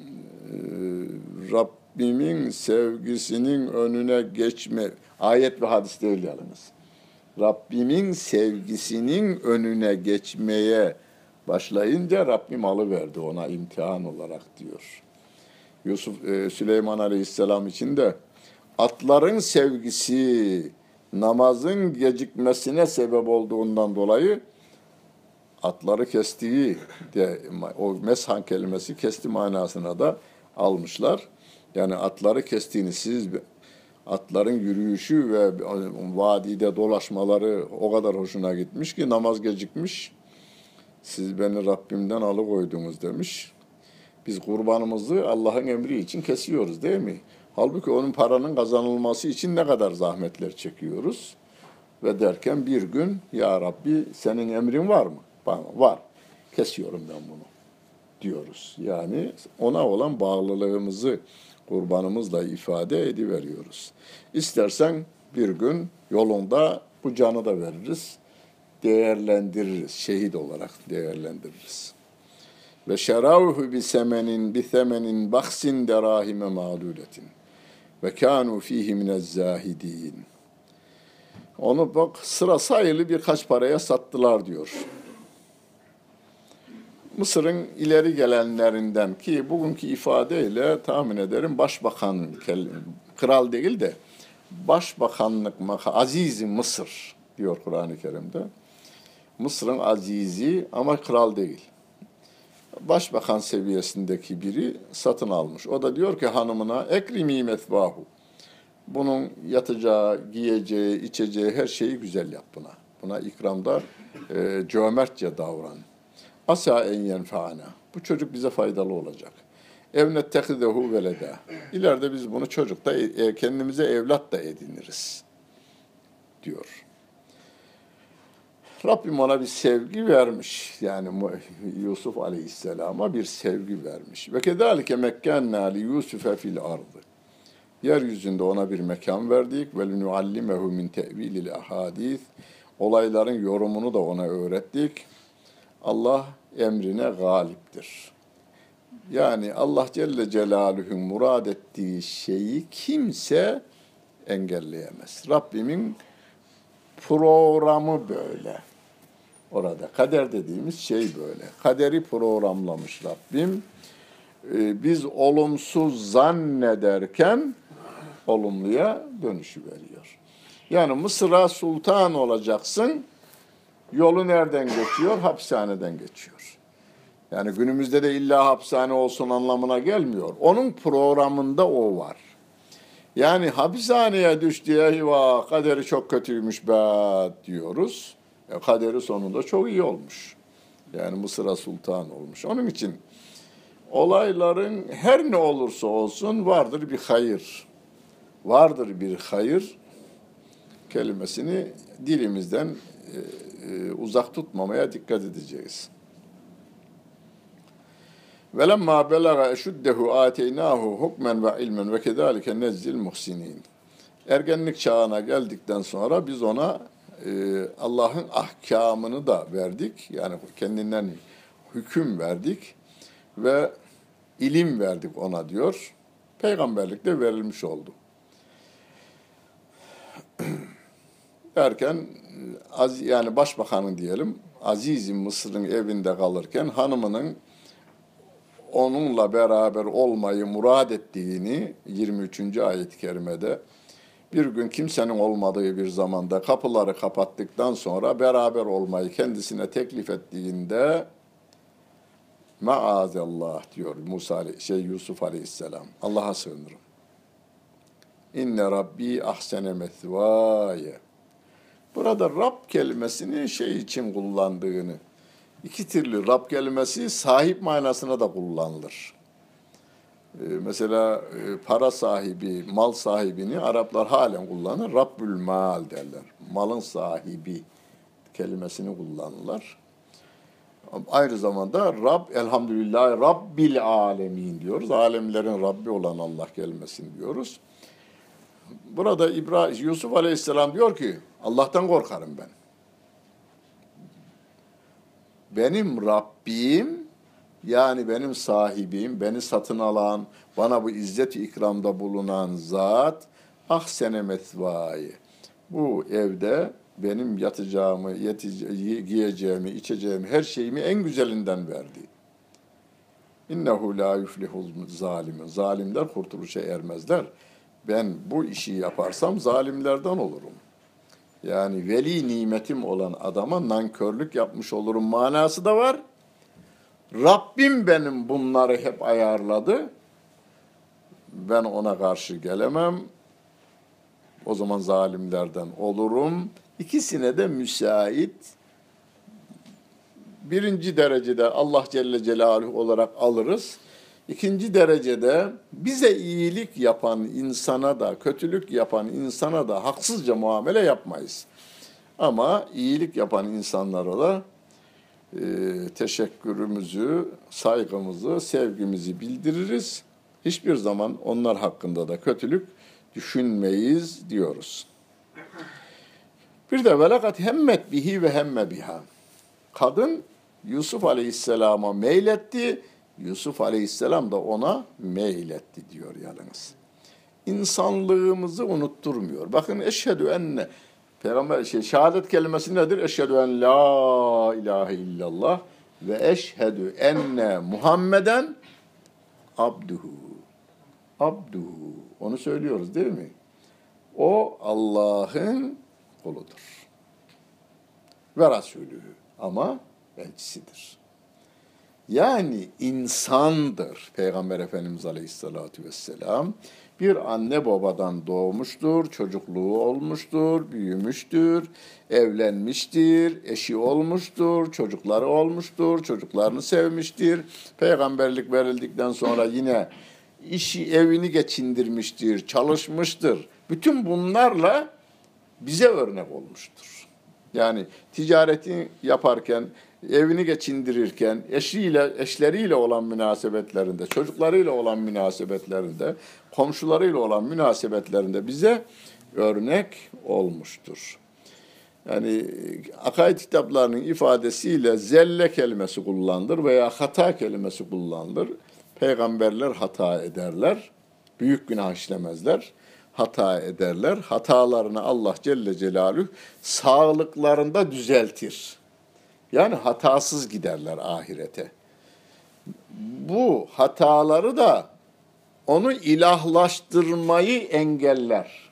S2: Rabbimin sevgisinin önüne geçme. Ayet ve hadis değil yalnız. Rabbimin sevgisinin önüne geçmeye başlayınca Rabbim alıverdi ona imtihan olarak diyor. Süleyman Aleyhisselam için de atların sevgisi namazın gecikmesine sebep olduğundan dolayı atları kestiği de o meshan kelimesi kesti manasına da almışlar. Yani atları kestiğini siz atların yürüyüşü ve vadide dolaşmaları o kadar hoşuna gitmiş ki namaz gecikmiş. Siz beni Rabbimden alıkoydunuz demiş. Biz kurbanımızı Allah'ın emri için kesiyoruz değil mi? Halbuki onun paranın kazanılması için ne kadar zahmetler çekiyoruz. Ve derken bir gün ya Rabbi senin emrin var mı? Var. Kesiyorum ben bunu diyoruz. Yani ona olan bağlılığımızı kurbanımızla ifade ediveriyoruz. İstersen bir gün yolunda bu canı da veririz, değerlendiririz, şehit olarak değerlendiririz. Ve şeravuhu bi semenin baksin derahime mağluletin ve kanu fihi minez zahidin. Onu bak sıra sayılı birkaç paraya sattılar diyor. Mısır'ın ileri gelenlerinden ki bugünkü ifadeyle tahmin ederim başbakan, kral değil de başbakanlık azizi Mısır diyor Kur'an-ı Kerim'de. Mısır'ın azizi ama kral değil. Başbakan seviyesindeki biri satın almış. O da diyor ki hanımına ekrimi methvahu. Bunun yatacağı, giyeceği, içeceği her şeyi güzel yap buna. Buna ikramda cömertçe davran. Asa en yenfa'ana. Bu çocuk bize faydalı olacak. Evnettehidehu veleda. İleride biz bunu çocukta kendimize evlat da ediniriz diyor. Rabbim ona bir sevgi vermiş. Yani Yusuf Aleyhisselam'a bir sevgi vermiş. Ve kedalike mekkenna li Yusufe fil ardı. Yeryüzünde ona bir mekan verdik. Ve linuallimehu min tevilil ahadis. Olayların yorumunu da ona öğrettik. Allah emrine galiptir. Yani Allah Celle Celaluhu'nun murad ettiği şeyi kimse engelleyemez. Rabbimin programı böyle. Orada kader dediğimiz şey böyle. Kaderi programlamış Rabbim. Biz olumsuz zannederken olumluya dönüşü veriyor. Yani Mısır'a sultan olacaksın. Yolu nereden geçiyor? Hapishaneden geçiyor. Yani günümüzde de illa hapishane olsun anlamına gelmiyor. Onun programında o var. Yani hapishaneye düştü, eyvah kaderi çok kötüymüş be diyoruz. Kaderi sonunda çok iyi olmuş. Yani Mısır'a sultan olmuş. Onun için olayların her ne olursa olsun vardır bir hayır. Vardır bir hayır kelimesini dilimizden uzak tutmamaya dikkat edeceğiz. Velemma belaga eşuddehu ateynahu hukmen ve ilmen ve kezalike nezzil muhsinin. Ergenlik çağına geldikten sonra biz ona Allah'ın ahkamını da verdik. Yani kendinden hüküm verdik ve ilim verdik ona diyor. Peygamberlik de verilmiş oldu. Derken yani başbakanın diyelim Aziz-i Mısır'ın evinde kalırken hanımının onunla beraber olmayı murad ettiğini 23. ayet-i kerimede bir gün kimsenin olmadığı bir zamanda kapıları kapattıktan sonra beraber olmayı kendisine teklif ettiğinde maazallah diyor Yusuf Aleyhisselam. Allah'a sığınırım. İnne Rabbi ahsene methvaye. Burada Rab kelimesini için kullandığını, iki türlü Rab kelimesi sahip manasına da kullanılır. Mesela para sahibi, mal sahibini Araplar halen kullanır. Rabbül mal derler. Malın sahibi kelimesini kullanırlar. Aynı zamanda Rab, elhamdülillah Rabbil alemin diyoruz. Alemlerin Rabbi olan Allah kelimesini diyoruz. Burada Yusuf Aleyhisselam diyor ki Allah'tan korkarım ben. Benim Rabbim, yani benim sahibim, beni satın alan, bana bu izzet-i ikramda bulunan zat, ahsene methvayı. Bu evde benim yatacağımı, giyeceğimi, içeceğimi, her şeyimi en güzelinden verdi. İnnehu la yuflihul zalimin. Zalimler kurtuluşa ermezler. Ben bu işi yaparsam zalimlerden olurum. Yani veli nimetim olan adama nankörlük yapmış olurum manası da var. Rabbim benim bunları hep ayarladı. Ben ona karşı gelemem. O zaman zalimlerden olurum. İkisine de müsait. Birinci derecede Allah Celle Celaluhu olarak alırız. İkinci derecede bize iyilik yapan insana da, kötülük yapan insana da haksızca muamele yapmayız. Ama iyilik yapan insanlara da teşekkürümüzü, saygımızı, sevgimizi bildiririz. Hiçbir zaman onlar hakkında da kötülük düşünmeyiz diyoruz. Bir de velakat hemmet bihi ve hemme biha. Kadın Yusuf Aleyhisselam'a meyletti, Yusuf Aleyhisselam da ona meyletti diyor yalnız. İnsanlığımızı unutturmuyor. Bakın eşhedü enne, Peygamber şehadet kelimesi nedir? Eşhedü en la ilahe illallah ve eşhedü enne Muhammeden abduhu. Abduhu. Onu söylüyoruz değil mi? O Allah'ın kuludur. Ve Resulü. Ama elçisidir. Yani insandır. Peygamber Efendimiz Aleyhisselatü Vesselam bir anne babadan doğmuştur, çocukluğu olmuştur, büyümüştür, evlenmiştir, eşi olmuştur, çocukları olmuştur, çocuklarını sevmiştir. Peygamberlik verildikten sonra yine evini geçindirmiştir, çalışmıştır. Bütün bunlarla bize örnek olmuştur. Yani ticareti yaparken, evini geçindirirken, eşleriyle olan münasebetlerinde, çocuklarıyla olan münasebetlerinde, komşularıyla olan münasebetlerinde bize örnek olmuştur. Yani akaid kitaplarının ifadesiyle zelle kelimesi kullanılır veya hata kelimesi kullanılır. Peygamberler hata ederler, büyük günah işlemezler, hata ederler. Hatalarını Allah Celle Celaluhu sağlıklarında düzeltir. Yani hatasız giderler ahirete. Bu hataları da onu ilahlaştırmayı engeller.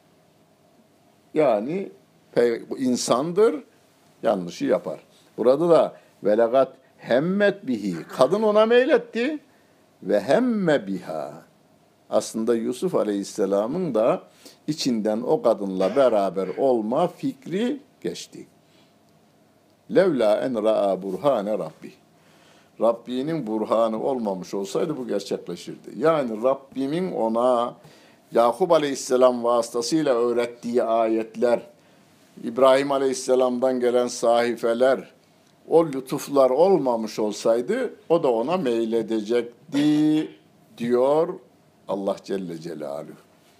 S2: Yani insandır, yanlışı yapar. Burada da velagat hemmet bihi. Kadın ona meyletti ve hemme biha. Aslında Yusuf Aleyhisselam'ın da içinden o kadınla beraber olma fikri geçti. Levla en ra'a burhane Rabbi. Rabbinin burhanı olmamış olsaydı bu gerçekleşirdi. Yani Rabbimin ona Yakup Aleyhisselam vasıtasıyla öğrettiği ayetler, İbrahim Aleyhisselam'dan gelen sahifeler, o lütuflar olmamış olsaydı o da ona meyledecekti diyor Allah Celle Celaluhu.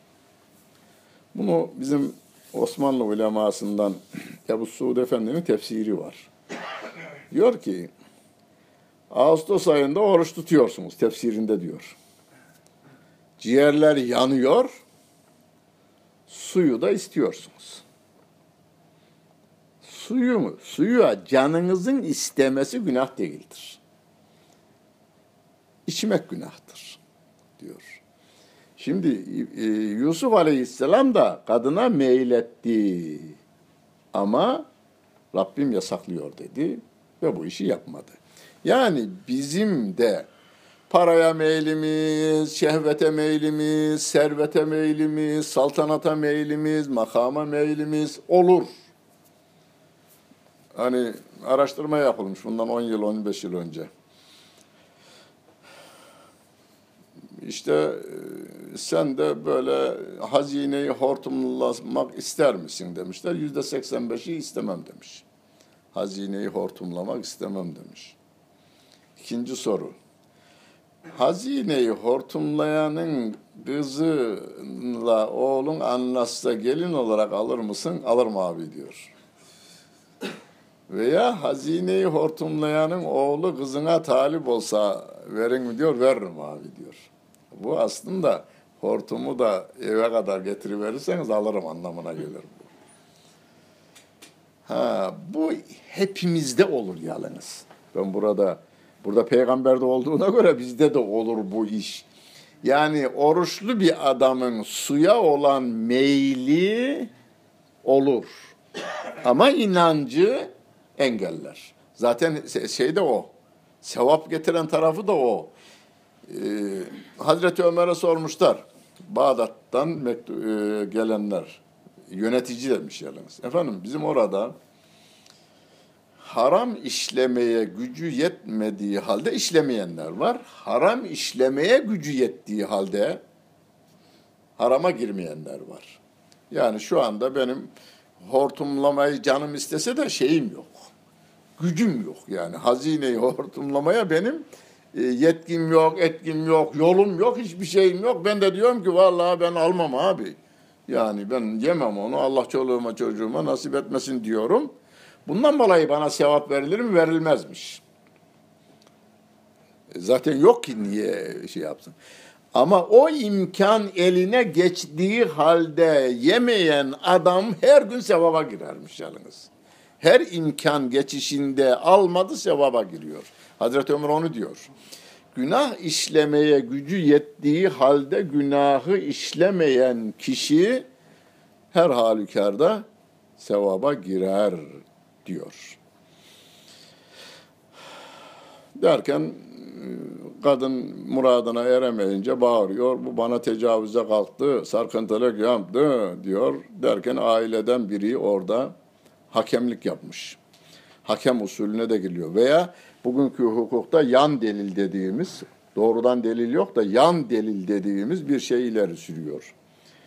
S2: Bunu bizim Osmanlı ulemasından Ebu Suud Efendi'nin tefsiri var. Diyor ki Ağustos ayında oruç tutuyorsunuz tefsirinde diyor. Ciğerler yanıyor, suyu da istiyorsunuz. Suya canınızın istemesi günah değildir. İçmek günahtır diyor. Şimdi Yusuf Aleyhisselam da kadına meyletti. Ama Rabbim yasaklıyor dedi ve bu işi yapmadı. Yani bizim de paraya meylimiz, şehvete meylimiz, servete meylimiz, saltanata meylimiz, makama meylimiz olur. Hani araştırma yapılmış bundan 10 yıl, 15 yıl önce. İşte sen de böyle hazineyi hortumlamak ister misin demişler. %85'i istemem demiş. Hazineyi hortumlamak istemem demiş. İkinci soru. Hazineyi hortumlayanın kızıyla oğlun anlaşsa gelin olarak alır mısın? Alırım abi diyor. Veya hazineyi hortumlayanın oğlu kızına talip olsa verin mi diyor, veririm abi diyor. Bu aslında hortumu da eve kadar getiriverirseniz alırım anlamına gelir bu. Bu hepimizde olur yalnız. Ben burada peygamberde olduğuna göre bizde de olur bu iş. Yani oruçlu bir adamın suya olan meyli olur. Ama inancı engeller. Zaten şey de o. Sevap getiren tarafı da o. Hazreti Ömer'e sormuşlar. Bağdat'tan gelenler. Yönetici demiş yalnız. Efendim bizim orada haram işlemeye gücü yetmediği halde işlemeyenler var. Haram işlemeye gücü yettiği halde harama girmeyenler var. Yani şu anda benim hortumlamayı canım istese de şeyim yok. Gücüm yok yani. Hazineyi hortumlamaya benim yetkim yok, etkim yok, yolum yok, hiçbir şeyim yok. Ben de diyorum ki vallahi ben almam abi. Yani ben yemem onu. Allah çoluğuma çocuğuma nasip etmesin diyorum. Bundan dolayı bana sevap verilir mi? Verilmezmiş. Zaten yok ki niye şey yapsın. Ama o imkan eline geçtiği halde yemeyen adam her gün sevaba girermiş yalnız. Her imkan geçişinde almadı sevaba giriyor. Hazreti Ömer onu diyor. Günah işlemeye gücü yettiği halde günahı işlemeyen kişi her halükarda sevaba girer diyor. Derken kadın muradına eremeyince bağırıyor. Bu bana tecavüze kalktı, sarkıntılık yaptı diyor. Derken aileden biri orada hakemlik yapmış. Hakem usulüne de giriyor. Veya bugünkü hukukta yan delil dediğimiz, doğrudan delil yok da yan delil dediğimiz bir şey ileri sürüyor.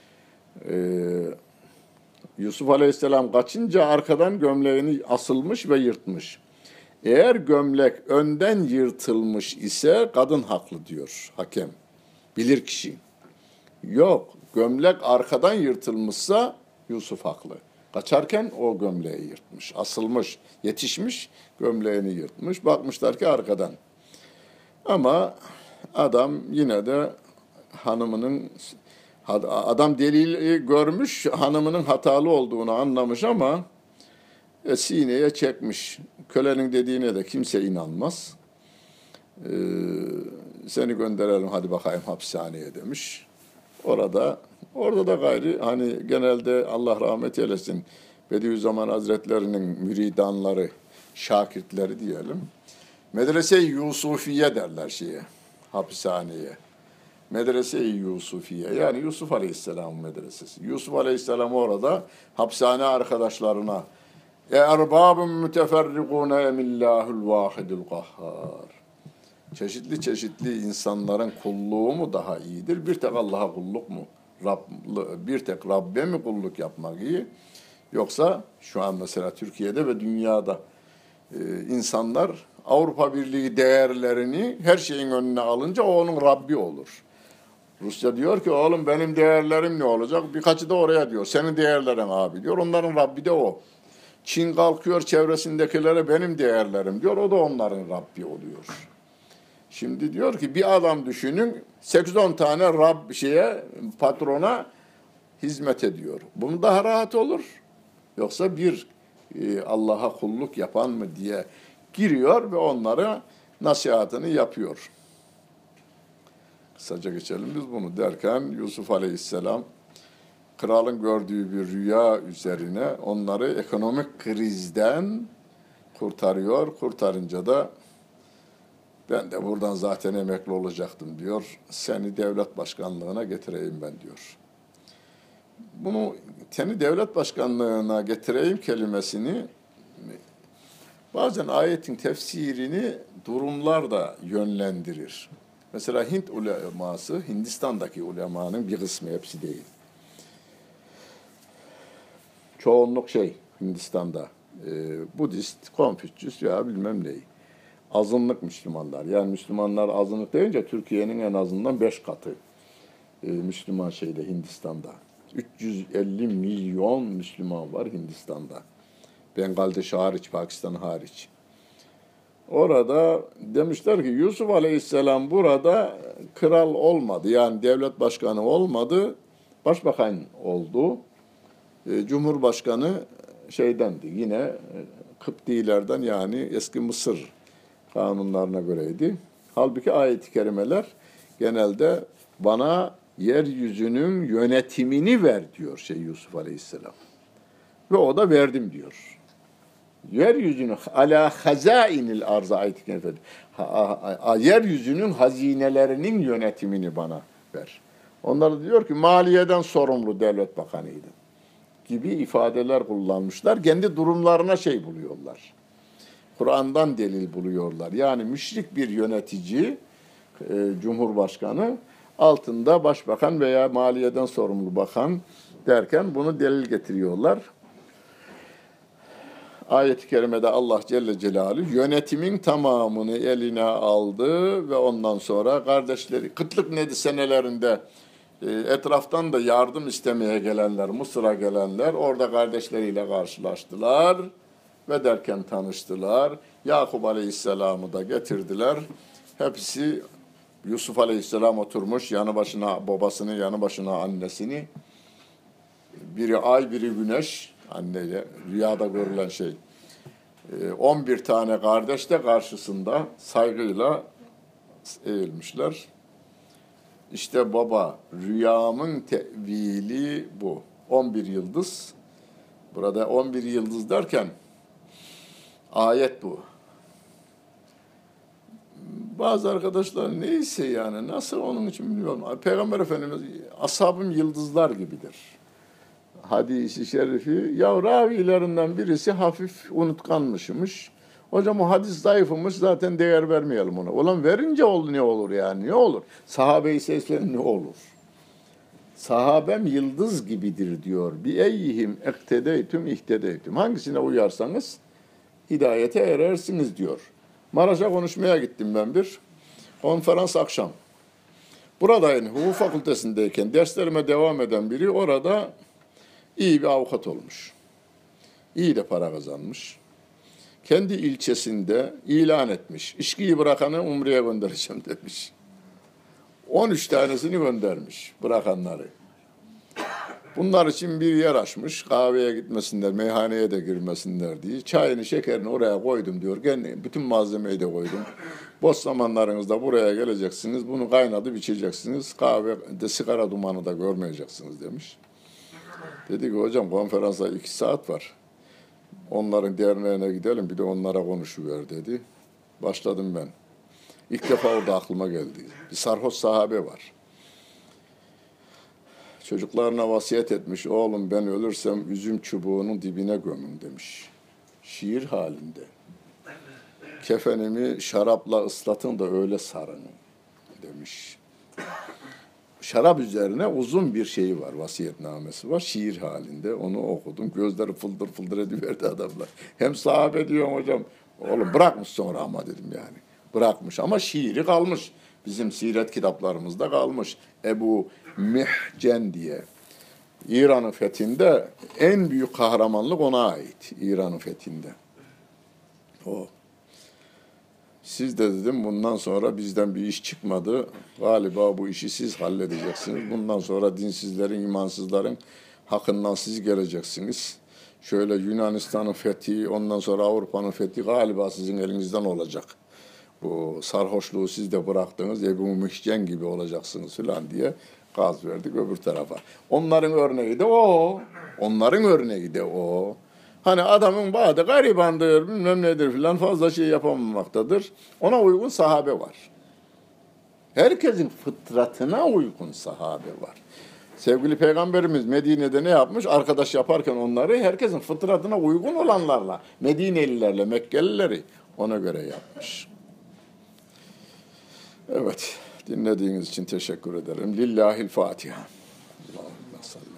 S2: Yusuf Aleyhisselam kaçınca arkadan gömleğini asılmış ve yırtmış. Eğer gömlek önden yırtılmış ise kadın haklı diyor hakem. Bilir kişi. Yok, gömlek arkadan yırtılmışsa Yusuf haklı. Kaçarken o gömleği yırtmış, asılmış, yetişmiş, gömleğini yırtmış. Bakmışlar ki arkadan. Ama adam yine de adam delili görmüş, hanımının hatalı olduğunu anlamış ama sineye çekmiş. Kölenin dediğine de kimse inanmaz. Seni gönderelim hadi bakayım hapishaneye demiş. Orada da gayri hani genelde Allah rahmet eylesin Bediüzzaman Hazretlerinin müridanları, şakirtleri diyelim. Medrese-i Yusufiye derler hapishaneye. Medrese-i Yusufiye yani Yusuf Aleyhisselam'ın medresesi. Yusuf Aleyhisselam orada hapishane arkadaşlarına erbabun müteferrikune emillahul vahidul kahhar. Çeşitli insanların kulluğu mu daha iyidir? Bir tek Allah'a kulluk mu? Bir tek Rabbe mi kulluk yapmak iyi? Yoksa şu an mesela Türkiye'de ve dünyada insanlar Avrupa Birliği değerlerini her şeyin önüne alınca o onun Rabbi olur. Rusya diyor ki oğlum benim değerlerim ne olacak? Birkaçı da oraya diyor. Senin değerlerin abi diyor. Onların Rabbi de o. Çin kalkıyor çevresindekilere benim değerlerim diyor. O da onların Rabbi oluyor. Şimdi diyor ki bir adam düşünün 8-10 tane patrona hizmet ediyor. Bunu daha rahat olur. Yoksa bir Allah'a kulluk yapan mı diye giriyor ve onlara nasihatını yapıyor. Kısaca geçelim biz bunu derken Yusuf Aleyhisselam kralın gördüğü bir rüya üzerine onları ekonomik krizden kurtarıyor. Kurtarınca da ben de buradan zaten emekli olacaktım diyor. Seni devlet başkanlığına getireyim ben diyor. Bunu seni devlet başkanlığına getireyim kelimesini bazen ayetin tefsirini durumlar da yönlendirir. Mesela Hint uleması, Hindistan'daki ulemanın bir kısmı, hepsi değil. Çoğunluk Hindistan'da Budist, Konfüçyüs ya bilmem neyi. Azınlık Müslümanlar. Yani Müslümanlar azınlık deyince Türkiye'nin en azından 5 katı Müslüman Hindistan'da. 350 milyon Müslüman var Hindistan'da. Bangladeş hariç, Pakistan hariç. Orada demişler ki Yusuf Aleyhisselam burada kral olmadı. Yani devlet başkanı olmadı. Başbakan oldu. Cumhurbaşkanı dendi. Yine Kıptilerden yani eski Mısır kanunlarına göreydi. Halbuki ayet-i kerimeler genelde bana yeryüzünün yönetimini ver diyor Yusuf Aleyhisselam. Ve o da verdim diyor. Yeryüzünü ala hazainil arz ayet-i kerime. Yeryüzünün hazinelerinin yönetimini bana ver. Onlar da diyor ki maliyeden sorumlu devlet bakanıydı gibi ifadeler kullanmışlar. Kendi durumlarına buluyorlar. Kur'an'dan delil buluyorlar. Yani müşrik bir yönetici, cumhurbaşkanı altında başbakan veya maliyeden sorumlu bakan derken bunu delil getiriyorlar. Ayet-i kerimede Allah Celle Celaluhu yönetimin tamamını eline aldı ve ondan sonra kardeşleri kıtlık senelerinde etraftan da yardım istemeye gelenler, Mısır'a gelenler orada kardeşleriyle karşılaştılar ve derken tanıştılar. Yakup Aleyhisselam'ı da getirdiler. Hepsi Yusuf Aleyhisselam oturmuş yanı başına babasını, yanı başına annesini. Biri ay, biri güneş. Anneyle rüyada görülen 11 tane kardeş de karşısında saygıyla eğilmişler. İşte baba, rüyamın tevili bu. 11 yıldız. Burada 11 yıldız derken ayet bu. Bazı arkadaşlar neyse yani nasıl onun için bilmiyorum. Peygamber Efendimiz ashabım yıldızlar gibidir. Hadis-i şerifi ya ravilerinden birisi hafif unutkanmışmış. Hocam o hadis zayıfmış zaten değer vermeyelim ona. Ulan verince ne olur yani ne olur? Sahabe-i seslen ne olur? Sahabem yıldız gibidir diyor. Bi eyyihim ektedeytüm ihtedeytüm. Hangisine uyarsanız hidayete erersiniz diyor. Maraş'a konuşmaya gittim ben bir. Konferans akşam. Buradayım hukuk fakültesindeyken derslerime devam eden biri orada iyi bir avukat olmuş. İyi de para kazanmış. Kendi ilçesinde ilan etmiş. İçkiyi bırakanı Umre'ye göndereceğim demiş. 13 tanesini göndermiş bırakanları. Bunlar için bir yer açmış. Kahveye gitmesinler, meyhaneye de girmesinler diye. Çayını, şekerini oraya koydum diyor. Bütün malzemeyi de koydum. Boş zamanlarınızda buraya geleceksiniz. Bunu kaynatıp içeceksiniz. Kahvede sigara dumanı da görmeyeceksiniz demiş. Dedi ki hocam konferansa 2 saat var. Onların derneğine gidelim bir de onlara konuşuver dedi. Başladım ben. İlk defa orada aklıma geldi. Bir sarhoş sahabe var. Çocuklarına vasiyet etmiş. Oğlum ben ölürsem üzüm çubuğunun dibine gömün demiş. Şiir halinde. Kefenimi şarapla ıslatın da öyle sarın demiş. şarap üzerine uzun bir şeyi var, vasiyetnamesi var, şiir halinde. Onu okudum, gözleri fıldır fıldır ediverdi adamlar. Hem sahabe diyorum hocam, oğlum bırakmış sonra ama dedim yani. Bırakmış ama şiiri kalmış. Bizim siret kitaplarımızda kalmış. Ebu Mihcen diye. İran'ın fethinde en büyük kahramanlık ona ait. İran'ın fethinde. O. Siz de dedim bundan sonra bizden bir iş çıkmadı. Galiba bu işi siz halledeceksiniz. Bundan sonra dinsizlerin, imansızların hakkından siz geleceksiniz. Şöyle Yunanistan'ın fethi, ondan sonra Avrupa'nın fethi galiba sizin elinizden olacak. Bu sarhoşluğu siz de bıraktınız, Ebu Mihcen gibi olacaksınız falan diye gaz verdik öbür tarafa. Onların örneği de o. Onların örneği de o. Hani adamın badı garibandır, bilmem nedir filan fazla şey yapamamaktadır. Ona uygun sahabe var. Herkesin fıtratına uygun sahabe var. Sevgili Peygamberimiz Medine'de ne yapmış? Arkadaş yaparken onları herkesin fıtratına uygun olanlarla, Medinelilerle, Mekkelileri ona göre yapmış. Evet, dinlediğiniz için teşekkür ederim. Lillahil Fatiha. Allahümme salli.